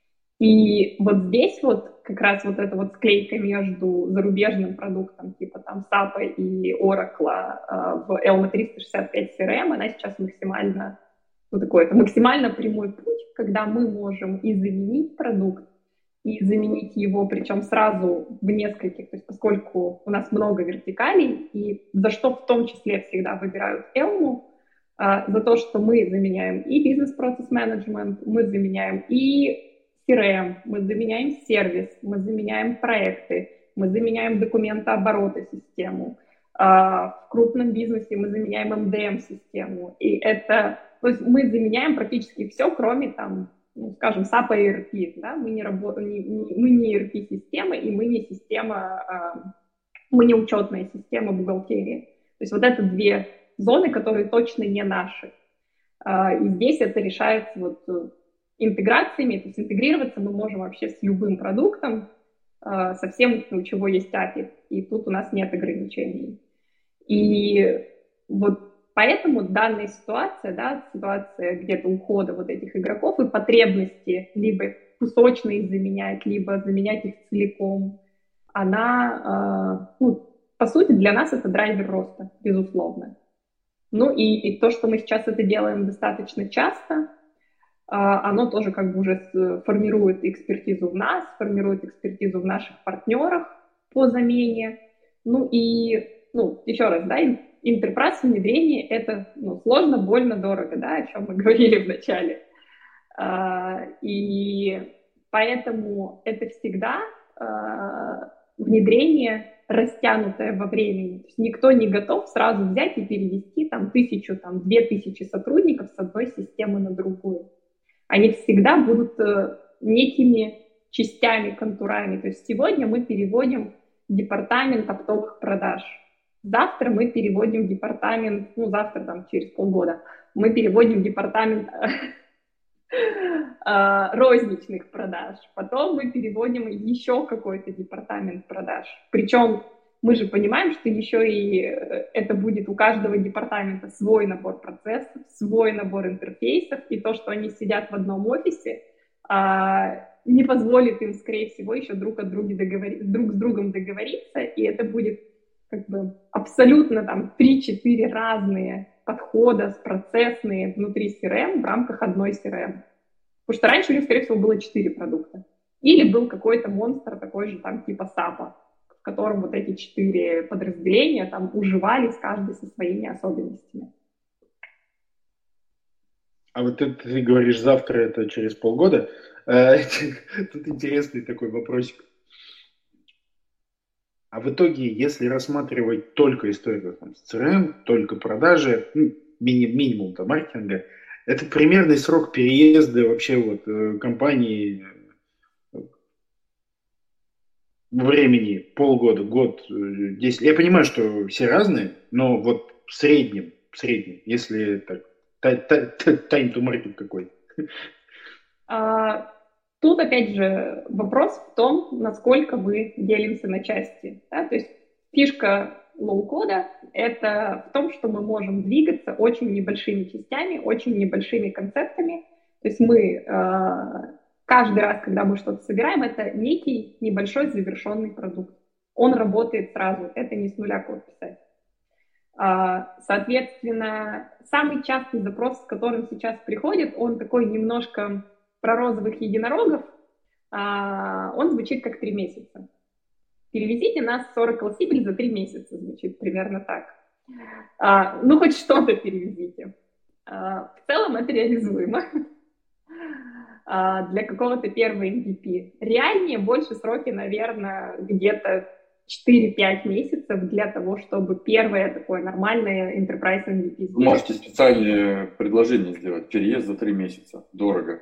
И вот здесь вот как раз вот эта вот склейка между зарубежным продуктом типа там сап и Oracle э, в эл эм триста шестьдесят пять си ар эм, она сейчас максимально, ну такой, это максимально прямой путь, когда мы можем и заменить продукт, и заменить его, причем сразу в нескольких, то есть поскольку у нас много вертикалей, и за что в том числе всегда выбирают Elm, а, за то, что мы заменяем и бизнес-процесс-менеджмент, мы заменяем и си ар эм, мы заменяем сервис, мы заменяем проекты, мы заменяем документообороты систему. А, в крупном бизнесе мы заменяем эм ди эм-систему. И это, то есть мы заменяем практически все, кроме там, ну, скажем, сап и и ар пи, да, мы не работаем, не, не, мы не и ар пи-система, и мы не система, а, мы не учетная система бухгалтерии. То есть вот это две зоны, которые точно не наши. А, и здесь это решается вот интеграциями, то есть интегрироваться мы можем вообще с любым продуктом, а, со всем, у чего есть эй пи ай, и тут у нас нет ограничений. И вот поэтому данная ситуация, да, ситуация где-то ухода вот этих игроков и потребности либо кусочно их заменять, либо заменять их целиком, она, ну, по сути, для нас это драйвер роста, безусловно. Ну и, и то, что мы сейчас это делаем достаточно часто, оно тоже как бы уже формирует экспертизу в нас, формирует экспертизу в наших партнерах по замене. Ну и, ну, еще раз, да, Enterprise внедрение — это, ну, сложно, больно, дорого, да, о чем мы говорили в начале. А, и поэтому это всегда а, внедрение растянутое во времени. То есть никто не готов сразу взять и перевести там тысячу, там две тысячи сотрудников с одной системы на другую. Они всегда будут некими частями, контурами. То есть сегодня мы переводим департамент оптовых продаж. Завтра мы переводим департамент, ну завтра там через полгода, мы переводим департамент розничных продаж. Потом мы переводим еще какой-то департамент продаж. Причем мы же понимаем, что еще и это будет у каждого департамента свой набор процессов, свой набор интерфейсов, и то, что они сидят в одном офисе, не позволит им, скорее всего, еще друг от друга договор... друг с другом договориться, и это будет как бы абсолютно там три-четыре разные подхода процессные внутри си эр эм в рамках одной си эр эм. Потому что раньше у них, скорее всего, было четыре продукта. Или был какой-то монстр такой же там типа сапа, в котором вот эти четыре подразделения там уживались, каждый со своими особенностями. А вот это ты говоришь, завтра это через полгода. Тут интересный такой вопросик. А в итоге, если рассматривать только историю там, с си эр эм, только продажи, ну, мини, минимум там, маркетинга, это примерный срок переезда вообще вот компании времени, полгода, год, десять. Я понимаю, что все разные, но вот в среднем, в среднем, если так, time to market какой. А, тут, опять же, вопрос в том, насколько мы делимся на части. Да? То есть фишка лоу-кода — это в том, что мы можем двигаться очень небольшими частями, очень небольшими концептами. То есть мы э, каждый раз, когда мы что-то собираем, это некий небольшой завершенный продукт. Он работает сразу, это не с нуля код писать. А, соответственно, самый частый запрос, с которым сейчас приходит, он такой немножко про розовых единорогов, а, он звучит как три месяца. Перевезите нас с Oracle Siebel за три месяца, звучит примерно так. А, ну, хоть что-то перевезите. А, в целом это реализуемо а, для какого-то первого эм ви пи. Реальнее больше сроки, наверное, где-то четыре-пять месяцев для того, чтобы первое такое нормальное enterprise эм ви пи сделать. Вы можете специальное предложение сделать. Переезд за три месяца. Дорого.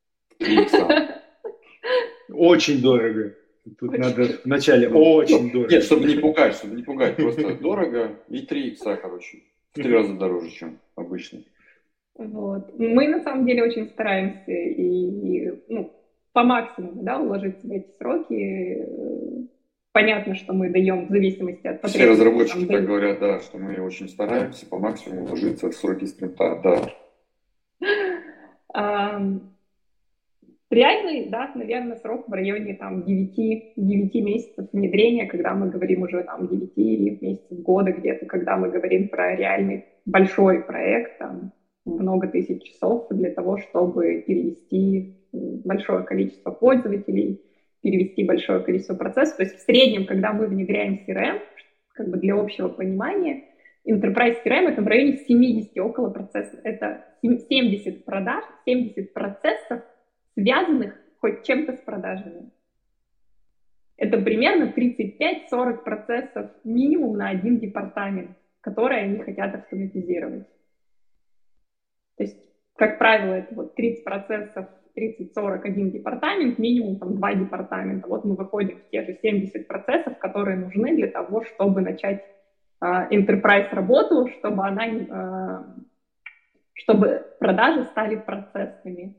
Очень дорого. Тут очень надо вначале очень дорого. Нет, чтобы не пугать, чтобы не пугать. Просто дорого и три икса, короче. В три раза дороже, чем обычно. Вот. Мы на самом деле очень стараемся и, ну, по максимуму, да, уложиться в эти сроки. Понятно, что мы даем в зависимости от потребностей. Все разработчики так говорят, да, что мы очень стараемся по максимуму уложиться в сроки спринта, да. А, реальный, да, наверное, срок в районе там девяти месяцев внедрения, когда мы говорим уже там девяти месяцев, года где-то, когда мы говорим про реальный большой проект, там, много тысяч часов для того, чтобы перевести большое количество пользователей, перевести большое количество процессов. То есть в среднем, когда мы внедряем си эр эм, как бы для общего понимания, Enterprise си эр эм — это в районе семьдесят около процессов. Это семьдесят продаж, семьдесят процессов, связанных хоть чем-то с продажами. Это примерно тридцать пять-сорок процессов минимум на один департамент, которые они хотят автоматизировать. То есть, как правило, это вот тридцать процессов, тридцать-сорок один департамент, минимум там два департамента. Вот мы выходим в те же семьдесят процессов, которые нужны для того, чтобы начать э, enterprise работу, чтобы она, э, чтобы продажи стали процессными.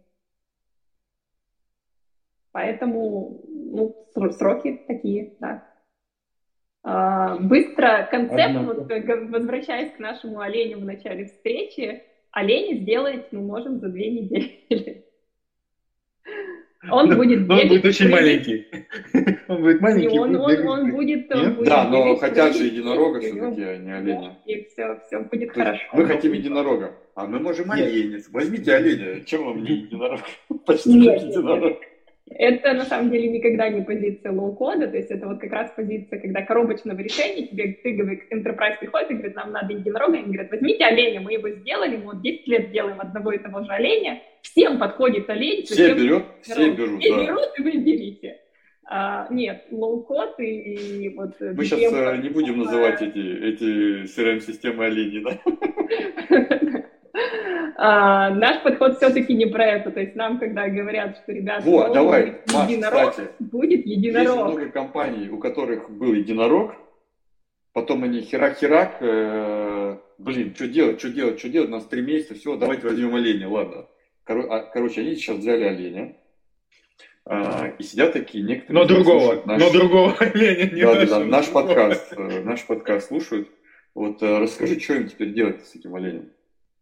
Поэтому, ну, сроки такие, да. Э, быстро концепт, вот, возвращаясь к нашему оленю в начале встречи, оленя сделать мы можем за две недели. Он будет бегать. Он будет очень маленький. Он будет маленький. Он, он, он будет, он будет да, но хотят же единорога все-таки, а не оленя. И все, все будет хорошо. Мы хотим единорога, а мы можем оленя. Возьмите оленя. Чем вам не единорог? Почти как единорог. Это на самом деле никогда не позиция лоу-кода, то есть это вот как раз позиция, когда коробочного решения, тебе, ты говоришь, enterprise приходит и говорит, нам надо единорога, и они говорят, возьмите оленя, мы его сделали, мы вот десять лет делаем одного и того же оленя, всем подходит олень. Все берут, все берут, все да. берут, и вы берите. А, нет, лоу-код и, и вот... Мы сейчас а, не будем называть эти, эти си эр эм-системы оленей, да? А, наш подход все-таки не про это. То есть нам, когда говорят, что, ребята, вот, давай, будет Маш, единорог, кстати, будет единорог. Есть много компаний, у которых был единорог, потом они херак-херак, э, блин, что делать, что делать, что делать, у нас три месяца, все, давайте возьмем оленя, ладно. Кор- а, короче, они сейчас взяли оленя, а, и сидят такие некоторые... Но другого, наш, но другого оленя не да, да, нашего. да, наш подкаст, э, наш подкаст слушают. Вот э, расскажи, что им теперь делать с этим оленем?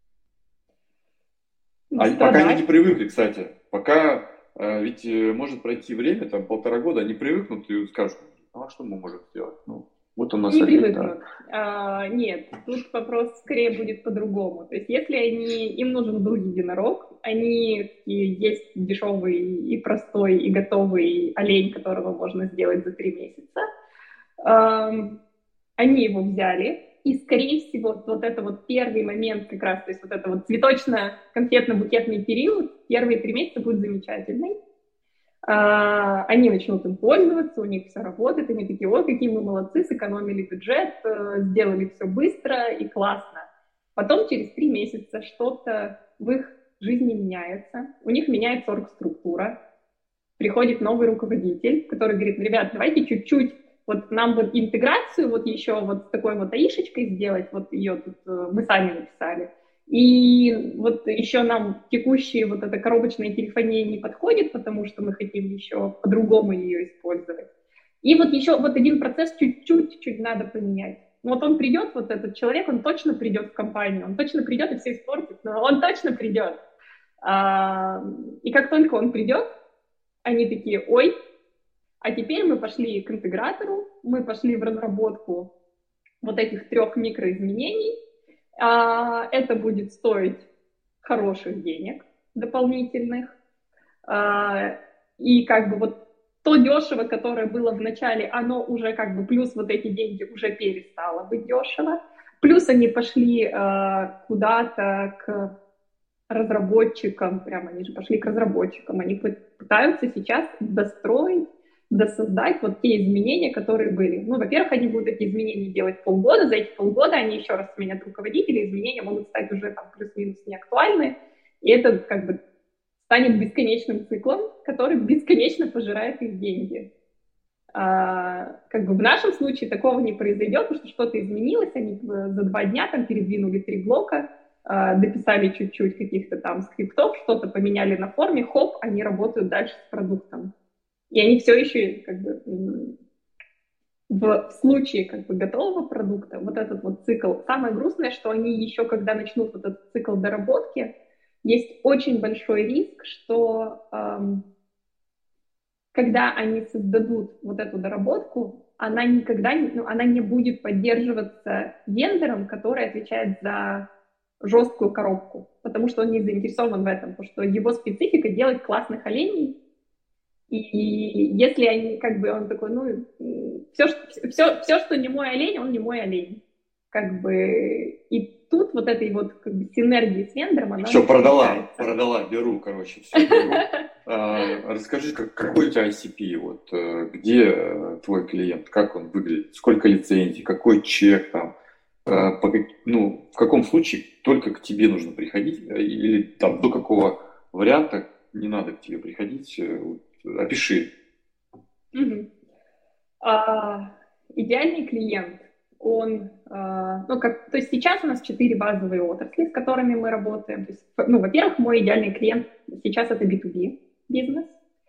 А, пока они не привыкли, кстати, пока, э, ведь э, может пройти время, там полтора года, они привыкнут и скажут, а что мы можем сделать? Ну, вот у нас не олень, привыкнут. да. А, нет, тут вопрос скорее будет по-другому. То есть если они, им нужен был единорог, они такие, есть дешевый и простой, и готовый олень, которого можно сделать за три месяца, а, они его взяли, и, скорее всего, вот это вот первый момент как раз, то есть вот это вот цветочно-конфетно-букетный период, первые три месяца будет замечательный. Uh, они начнут им пользоваться, у них все работает, они такие, ой, какие мы молодцы, сэкономили бюджет, uh, сделали все быстро и классно. Потом через три месяца что-то в их жизни меняется, у них меняется оргструктура, приходит новый руководитель, который говорит, ребят, давайте чуть-чуть, вот нам вот интеграцию вот еще вот с такой вот аишечкой сделать, вот ее тут uh, мы сами написали. И вот еще нам текущая вот эта коробочная телефония не подходит, потому что мы хотим еще по-другому ее использовать. И вот еще вот один процесс чуть-чуть чуть надо поменять. Вот он придет, вот этот человек, он точно придет в компанию, он точно придет и все испортит, но он точно придет. И как только он придет, они такие, ой, а теперь мы пошли к интегратору, мы пошли в разработку вот этих трех микроизменений. Uh, это будет стоить хороших денег дополнительных. Uh, и как бы вот то дешево, которое было в начале, оно уже как бы плюс вот эти деньги уже перестало быть дешево. Плюс они пошли uh, куда-то к разработчикам, прямо они же пошли к разработчикам. Они пытаются сейчас достроить, досоздать вот те изменения, которые были. Ну, во-первых, они будут эти изменения делать полгода, за эти полгода они еще раз сменят руководителя, изменения могут стать уже там плюс-минус неактуальны, и это как бы станет бесконечным циклом, который бесконечно пожирает их деньги. А, как бы в нашем случае такого не произойдет, потому что что-то изменилось, они за два дня там передвинули три блока, а, дописали чуть-чуть каких-то там скриптов, что-то поменяли на форме, хоп, они работают дальше с продуктом. И они все еще как бы в случае как бы готового продукта, вот этот вот цикл, самое грустное, что они еще, когда начнут вот этот цикл доработки, есть очень большой риск, что эм, когда они создадут вот эту доработку, она никогда не, ну, она не будет поддерживаться вендором, который отвечает за жесткую коробку, потому что он не заинтересован в этом, потому что его специфика делать классных оленей. И если они, как бы, он такой, ну, все, все, все, что не мой олень, он не мой олень. Как бы, и тут вот этой вот как бы синергии с вендором, она... Все, продала, продала, беру, короче, все беру. А, расскажи, как, какой у тебя ай си пи, вот, где твой клиент, как он выглядит, сколько лицензий, какой чек там, по, ну, в каком случае только к тебе нужно приходить, или там до какого варианта не надо к тебе приходить, опиши. Угу. А, идеальный клиент, он, а, ну, как, то есть сейчас у нас четыре базовые отрасли, с которыми мы работаем. То есть, ну, во-первых, мой идеальный клиент сейчас это би ту би бизнес.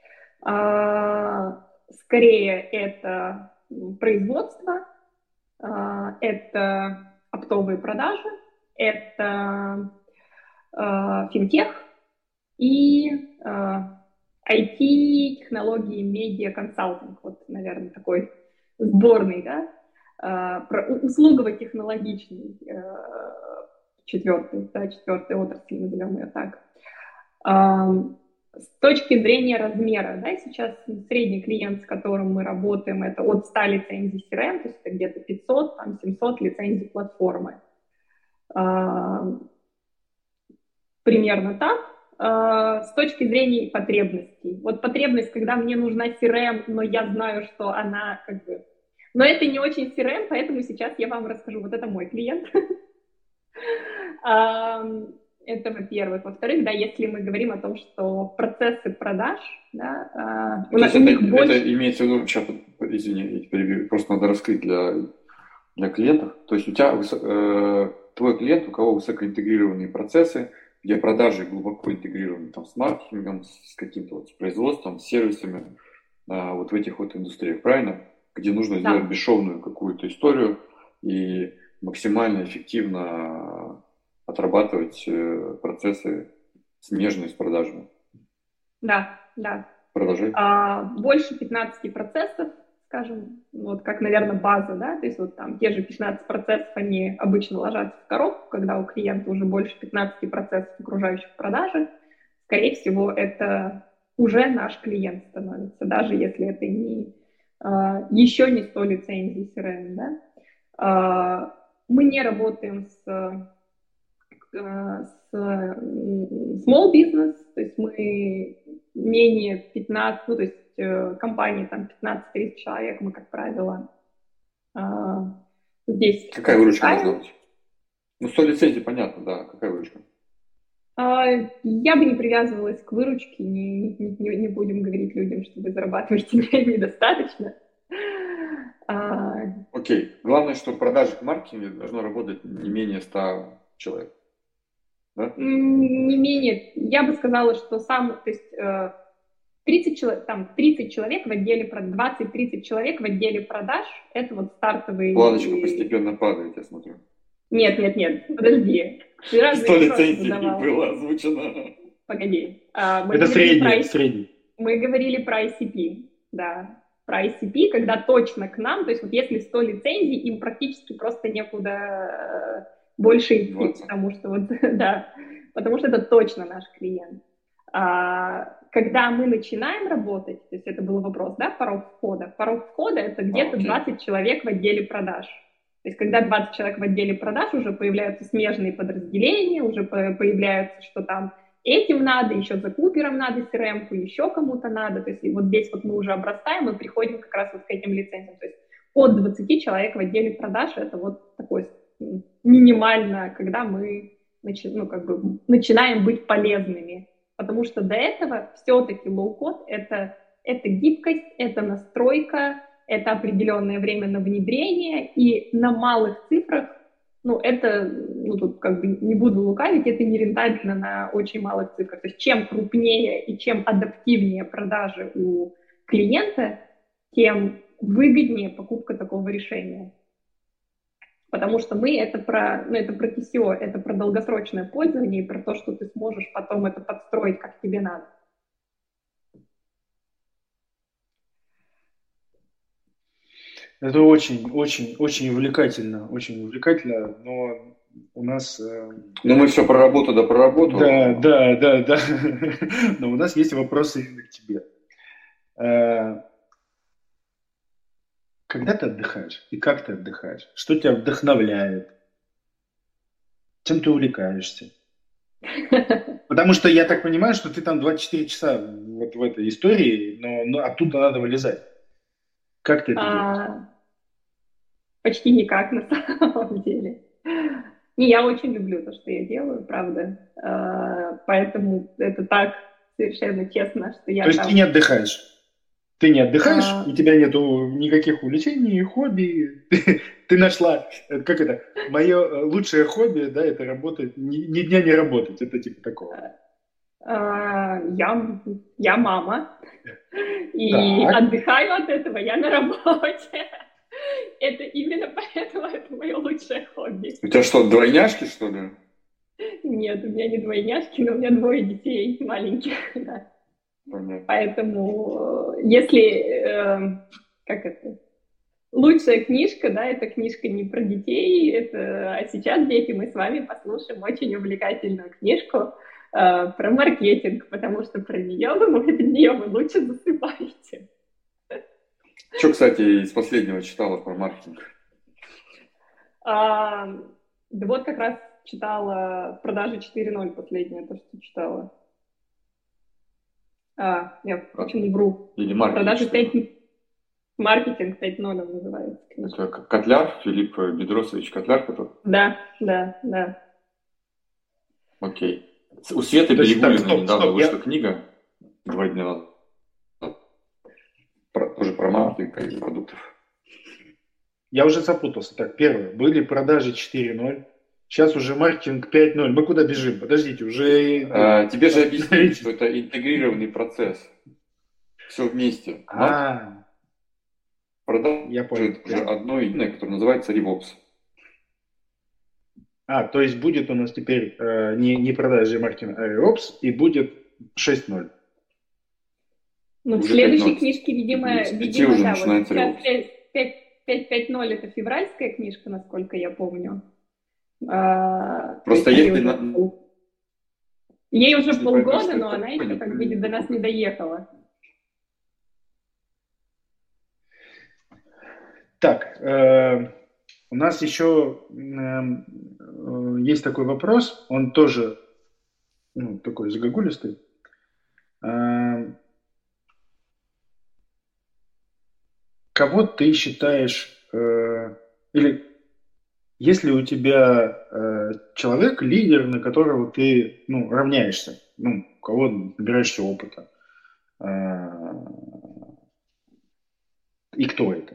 А, скорее это производство, а, это оптовые продажи, это а, финтех и а, ай ти, технологии, медиа, консалтинг, вот, наверное, такой сборный, да, uh, услугово-технологичный uh, четвертый, да, четвертый отрасль, назовем ее так. Uh, с точки зрения размера, да, сейчас средний клиент, с которым мы работаем, это от ста лицензий си ар эм, то есть это где-то пятьсот, там, семьсот лицензий платформы. Uh, примерно так. С точки зрения потребностей. Вот потребность, когда мне нужна си ар эм, но я знаю, что она как бы... Но это не очень си ар эм, поэтому сейчас я вам расскажу. Вот это мой клиент. Это, во-первых. Во-вторых, да, если мы говорим о том, что процессы продаж, да, э, у нас у это, них больше... это имеется в виду, сейчас, извини, я перебью, просто надо раскрыть для, для клиентов. То есть у тебя, э, твой клиент, у кого высокоинтегрированные процессы, где продажи глубоко интегрированы там, с маркетингом, с каким-то вот, с производством, с сервисами, э, вот в этих вот индустриях, правильно? Где нужно Да. сделать бесшовную какую-то историю и максимально эффективно отрабатывать процессы, смежные с продажами. Да, да. Продолжай. А, больше пятнадцать процессов, скажем, вот как, наверное, база, да, то есть вот там те же пятнадцать процессов, они обычно ложатся в коробку, когда у клиента уже больше пятнадцать процессов окружающих продажи, скорее всего, это уже наш клиент становится, даже если это не, а, еще не сто лицензий си эр эм, да. А, мы не работаем с с small business, то есть мы менее пятнадцать, ну, то есть компании там пятнадцать-тридцать человек, мы, как правило, здесь... Какая выручка должна быть? Ну, сто лицензий, понятно, да. Какая выручка? Я бы не привязывалась к выручке, не, не, не, не будем говорить людям, что вы зарабатываете недостаточно. Окей. Главное, что в продажах маркетинга должно работать не менее ста человек. Да? Не менее, я бы сказала, что сам, то есть тридцать человек, там тридцать человек в отделе, двадцать-тридцать человек в отделе продаж, это вот стартовый... Планочка постепенно падает, я смотрю. Нет, нет, нет, подожди. Сто лицензий было озвучено. Погоди. Мы это средний, про... средний. Мы говорили про ай си пи, да. Про ай си пи, когда точно к нам, то есть вот если сто лицензий, им практически просто некуда... больше идти, двадцать. Потому что вот, да, потому что это точно наш клиент. А, когда мы начинаем работать, то есть это был вопрос, да, порог входа. Порог входа это где-то okay. двадцать человек в отделе продаж. То есть когда двадцать человек в отделе продаж, уже появляются смежные подразделения, уже появляются, что там этим надо, еще за Купером надо си эр эм-ку, еще кому-то надо. То есть вот здесь вот мы уже обрастаем и приходим как раз вот к этим лицензиям. То есть от двадцати человек в отделе продаж это вот такой минимально, когда мы начи, ну, как бы, начинаем быть полезными. Потому что до этого все-таки лоу-код это, это гибкость, это настройка, это определенное время на внедрение, и на малых цифрах, ну, это, ну, тут как бы не буду лукавить, это не рентабельно на очень малых цифрах. То есть чем крупнее и чем адаптивнее продажи у клиента, тем выгоднее покупка такого решения. Потому что мы это про, ну, это про ти си о, это про долгосрочное пользование и про то, что ты сможешь потом это подстроить, как тебе надо. Это очень, очень, очень увлекательно, очень увлекательно, но у нас... Ну, мы все про работу да про работу. Да, да, да, да. Но у нас есть вопросы именно к тебе. Когда ты отдыхаешь и как ты отдыхаешь? Что тебя вдохновляет? Чем ты увлекаешься? Потому что я так понимаю, что ты там двадцать четыре часа вот в этой истории, но, но оттуда надо вылезать. Как ты это а, делаешь? Почти никак, на самом деле. Не, я очень люблю то, что я делаю, правда. А, поэтому это так совершенно честно, что я То есть там... ты не отдыхаешь? Ты не отдыхаешь, а... у тебя нету никаких увлечений, хобби. Ты, ты нашла, как это, мое лучшее хобби, да, это работать, ни, ни дня не работать, это типа такого. А, я, я мама, и так. Отдыхаю от этого, я на работе. Это именно поэтому это мое лучшее хобби. У тебя что, двойняшки, что ли? Нет, у меня не двойняшки, но у меня двое детей маленьких, да. Понятно. Поэтому, если, э, как это, лучшая книжка, да, это книжка не про детей, это, а сейчас, дети, мы с вами послушаем очень увлекательную книжку э, про маркетинг, потому что про нее, ну, про нее вы лучше засыпаете. Что, кстати, из последнего читала про маркетинг? А, да вот как раз читала «Продажи четыре ноль» последнее, то, что читала. А, я почему не вру. Или маркетинг. Продажи пять... Маркетинг пять ноль называется. Это Котляр, Филипп Бедросович Котляр, который? Да, да, да. Окей. У Светы То есть, так, Перегулиной стоп, недавно стоп, вышла я- книга, два дня назад, про- тоже про маркетинг и продуктов. Я уже запутался. Так, первое. Были продажи четыре ноль. Сейчас уже маркетинг пять ноль. Мы куда бежим? Подождите, уже... А, тебе же объяснили, Остановитесь. что это интегрированный процесс. Все вместе. А, Продажи я понял. это уже одно единое, которое называется RevOps. А, то есть будет у нас теперь э, не, не продажи и маркетинг, а RevOps, и будет шесть ноль. Ну, в Уже следующей пять ноль. книжке, видимо, С пяти видимо, уже да, вот начинается сейчас RevOps. пять пять ноль это февральская книжка, насколько я помню. А, то Просто есть ей если уже, на- пол- ей уже не полгода, поймешь, что но это она еще такое, как не бы до нас поймешь. не доехала. Так, э, у нас еще э, э, есть такой вопрос, он тоже ну, такой загогулистый. Э, кого ты считаешь, э, или есть ли у тебя э, человек, лидер, на которого ты ну, равняешься, ну, у кого набираешься опыта? Э, и кто это?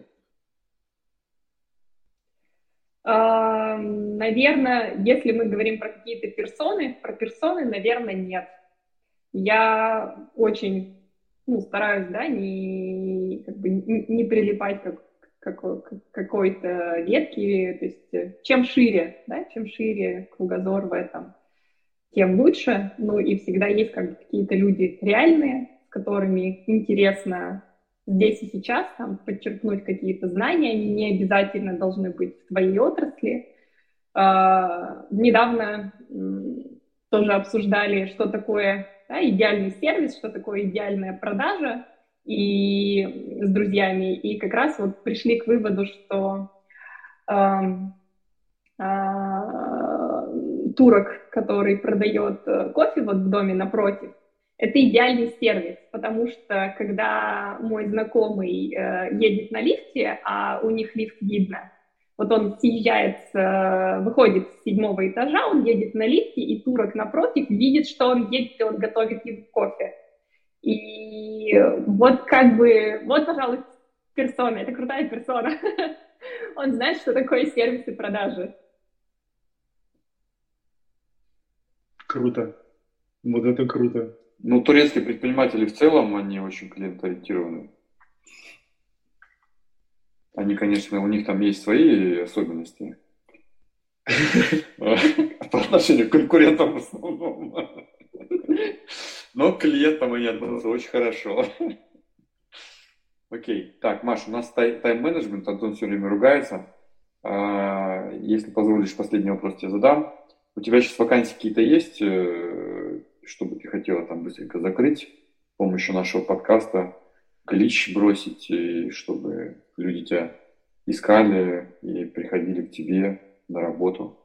А, наверное, если мы говорим про какие-то персоны, про персоны, наверное, нет. Я очень ну, стараюсь, да, не, как бы, не, не прилипать как, как, к какой-то ветке. То есть э, чем шире, да, чем шире кругозор в этом, тем лучше. Ну и всегда есть как бы какие-то люди реальные, с которыми интересно здесь и сейчас там, подчеркнуть какие-то знания, они не обязательно должны быть в твоей отрасли. А, недавно м, тоже обсуждали, что такое да, идеальный сервис, что такое идеальная продажа, и с друзьями, и как раз вот пришли к выводу, что ам, а, турок, который продает э, кофе вот в доме напротив, это идеальный сервис, потому что когда мой знакомый э, едет на лифте, а у них лифт видно, вот он съезжает, с, э, выходит с седьмого этажа, он едет на лифте, и турок напротив видит, что он едет, и он готовит ему кофе. И вот как бы, вот, пожалуй, персона, это крутая персона. Он знает, что такое сервис и продажи. Круто. Вот это круто. Ну, турецкие предприниматели в целом, они очень клиент-ориентированы. Они, конечно, у них там есть свои особенности по отношению к конкурентам в основном. Но к клиентам они относятся очень хорошо. Окей. Так, Маш, у нас тай- тайм-менеджмент, Антон все время ругается. А, Если позволишь, последний вопрос тебе задам. У тебя сейчас вакансии какие-то есть, э, чтобы ты хотела там быстренько закрыть с помощью нашего подкаста, клич бросить, и чтобы люди тебя искали и приходили к тебе на работу?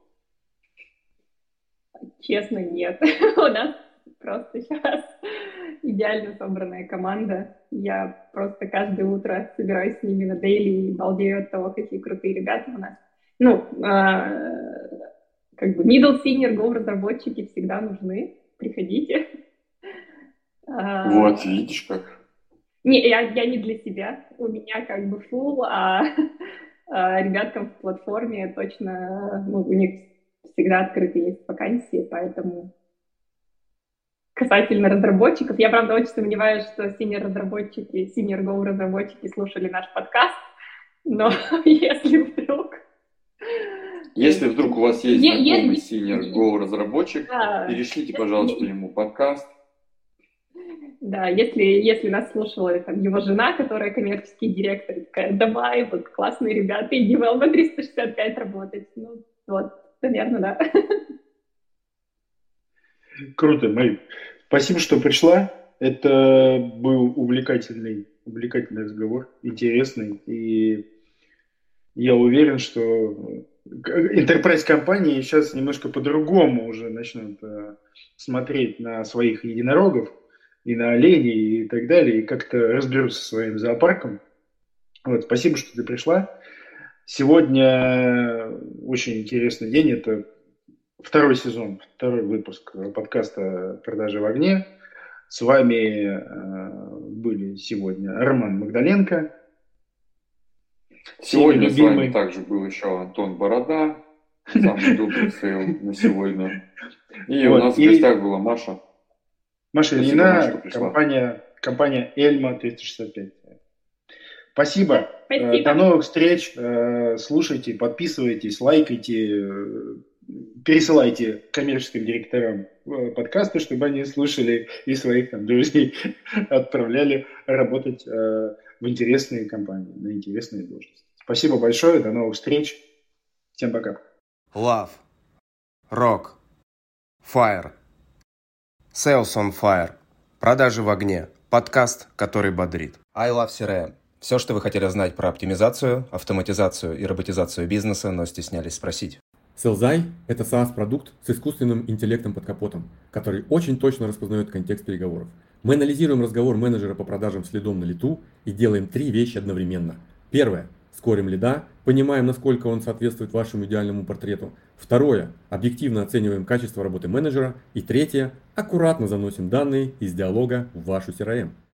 Честно, нет. У нас просто сейчас идеально собранная команда. Я просто каждое утро собираюсь с ними на дейли и балдею от того, какие крутые ребята у нас. Ну, а, как бы middle, senior, go разработчики всегда нужны. Приходите. А, Вот, видишь как. Не, я, я не для себя. У меня как бы full, а, а ребяткам в платформе точно, ну, у них всегда открыты есть вакансии, поэтому касательно разработчиков, я, правда, очень сомневаюсь, что senior разработчики, senior go разработчики слушали наш подкаст, но если вдруг... Если вдруг у вас есть Е- знакомый если- senior Go разработчик, Да. перешлите, пожалуйста, Е- ему подкаст. Да, если, если нас слушала там, его жена, которая коммерческий директор, такая, давай, вот классные ребята, иди в эл ви триста шестьдесят пять работать. Ну, вот, наверное, да. Круто, Мария. Спасибо, что пришла. Это был увлекательный, увлекательный разговор, интересный. И я уверен, что enterprise компании сейчас немножко по-другому уже начнут э, смотреть на своих единорогов и на оленей и так далее, и как-то разберутся со своим зоопарком. Вот, спасибо, что ты пришла. Сегодня очень интересный день. Это второй сезон, второй выпуск подкаста «Продажи в огне». С вами э, были сегодня Роман Магдаленко. Сегодня с вами также был еще Антон Борода, самый добрый сейл на сегодня. И вот, у нас и... в гостях была Маша. Маша Ильина, компания, компания Эльма триста шестьдесят пять. Спасибо. Спасибо. До новых встреч. Слушайте, подписывайтесь, лайкайте, пересылайте коммерческим директорам подкасты, чтобы они слушали и своих там друзей отправляли работать в интересные компании, на интересные должности. Спасибо большое. До новых встреч. Всем пока. Love, Rock, Fire, Sales on Fire, Продажи в огне, подкаст, который бодрит. I Love си ар эм. Все, что вы хотели знать про оптимизацию, автоматизацию и роботизацию бизнеса, но стеснялись спросить. Селзай – это SaaS-продукт с искусственным интеллектом под капотом, который очень точно распознает контекст переговоров. Мы анализируем разговор менеджера по продажам следом на лету и делаем три вещи одновременно. Первое – скорим лида, понимаем, насколько он соответствует вашему идеальному портрету. Второе – объективно оцениваем качество работы менеджера. И третье – аккуратно заносим данные из диалога в вашу си ар эм.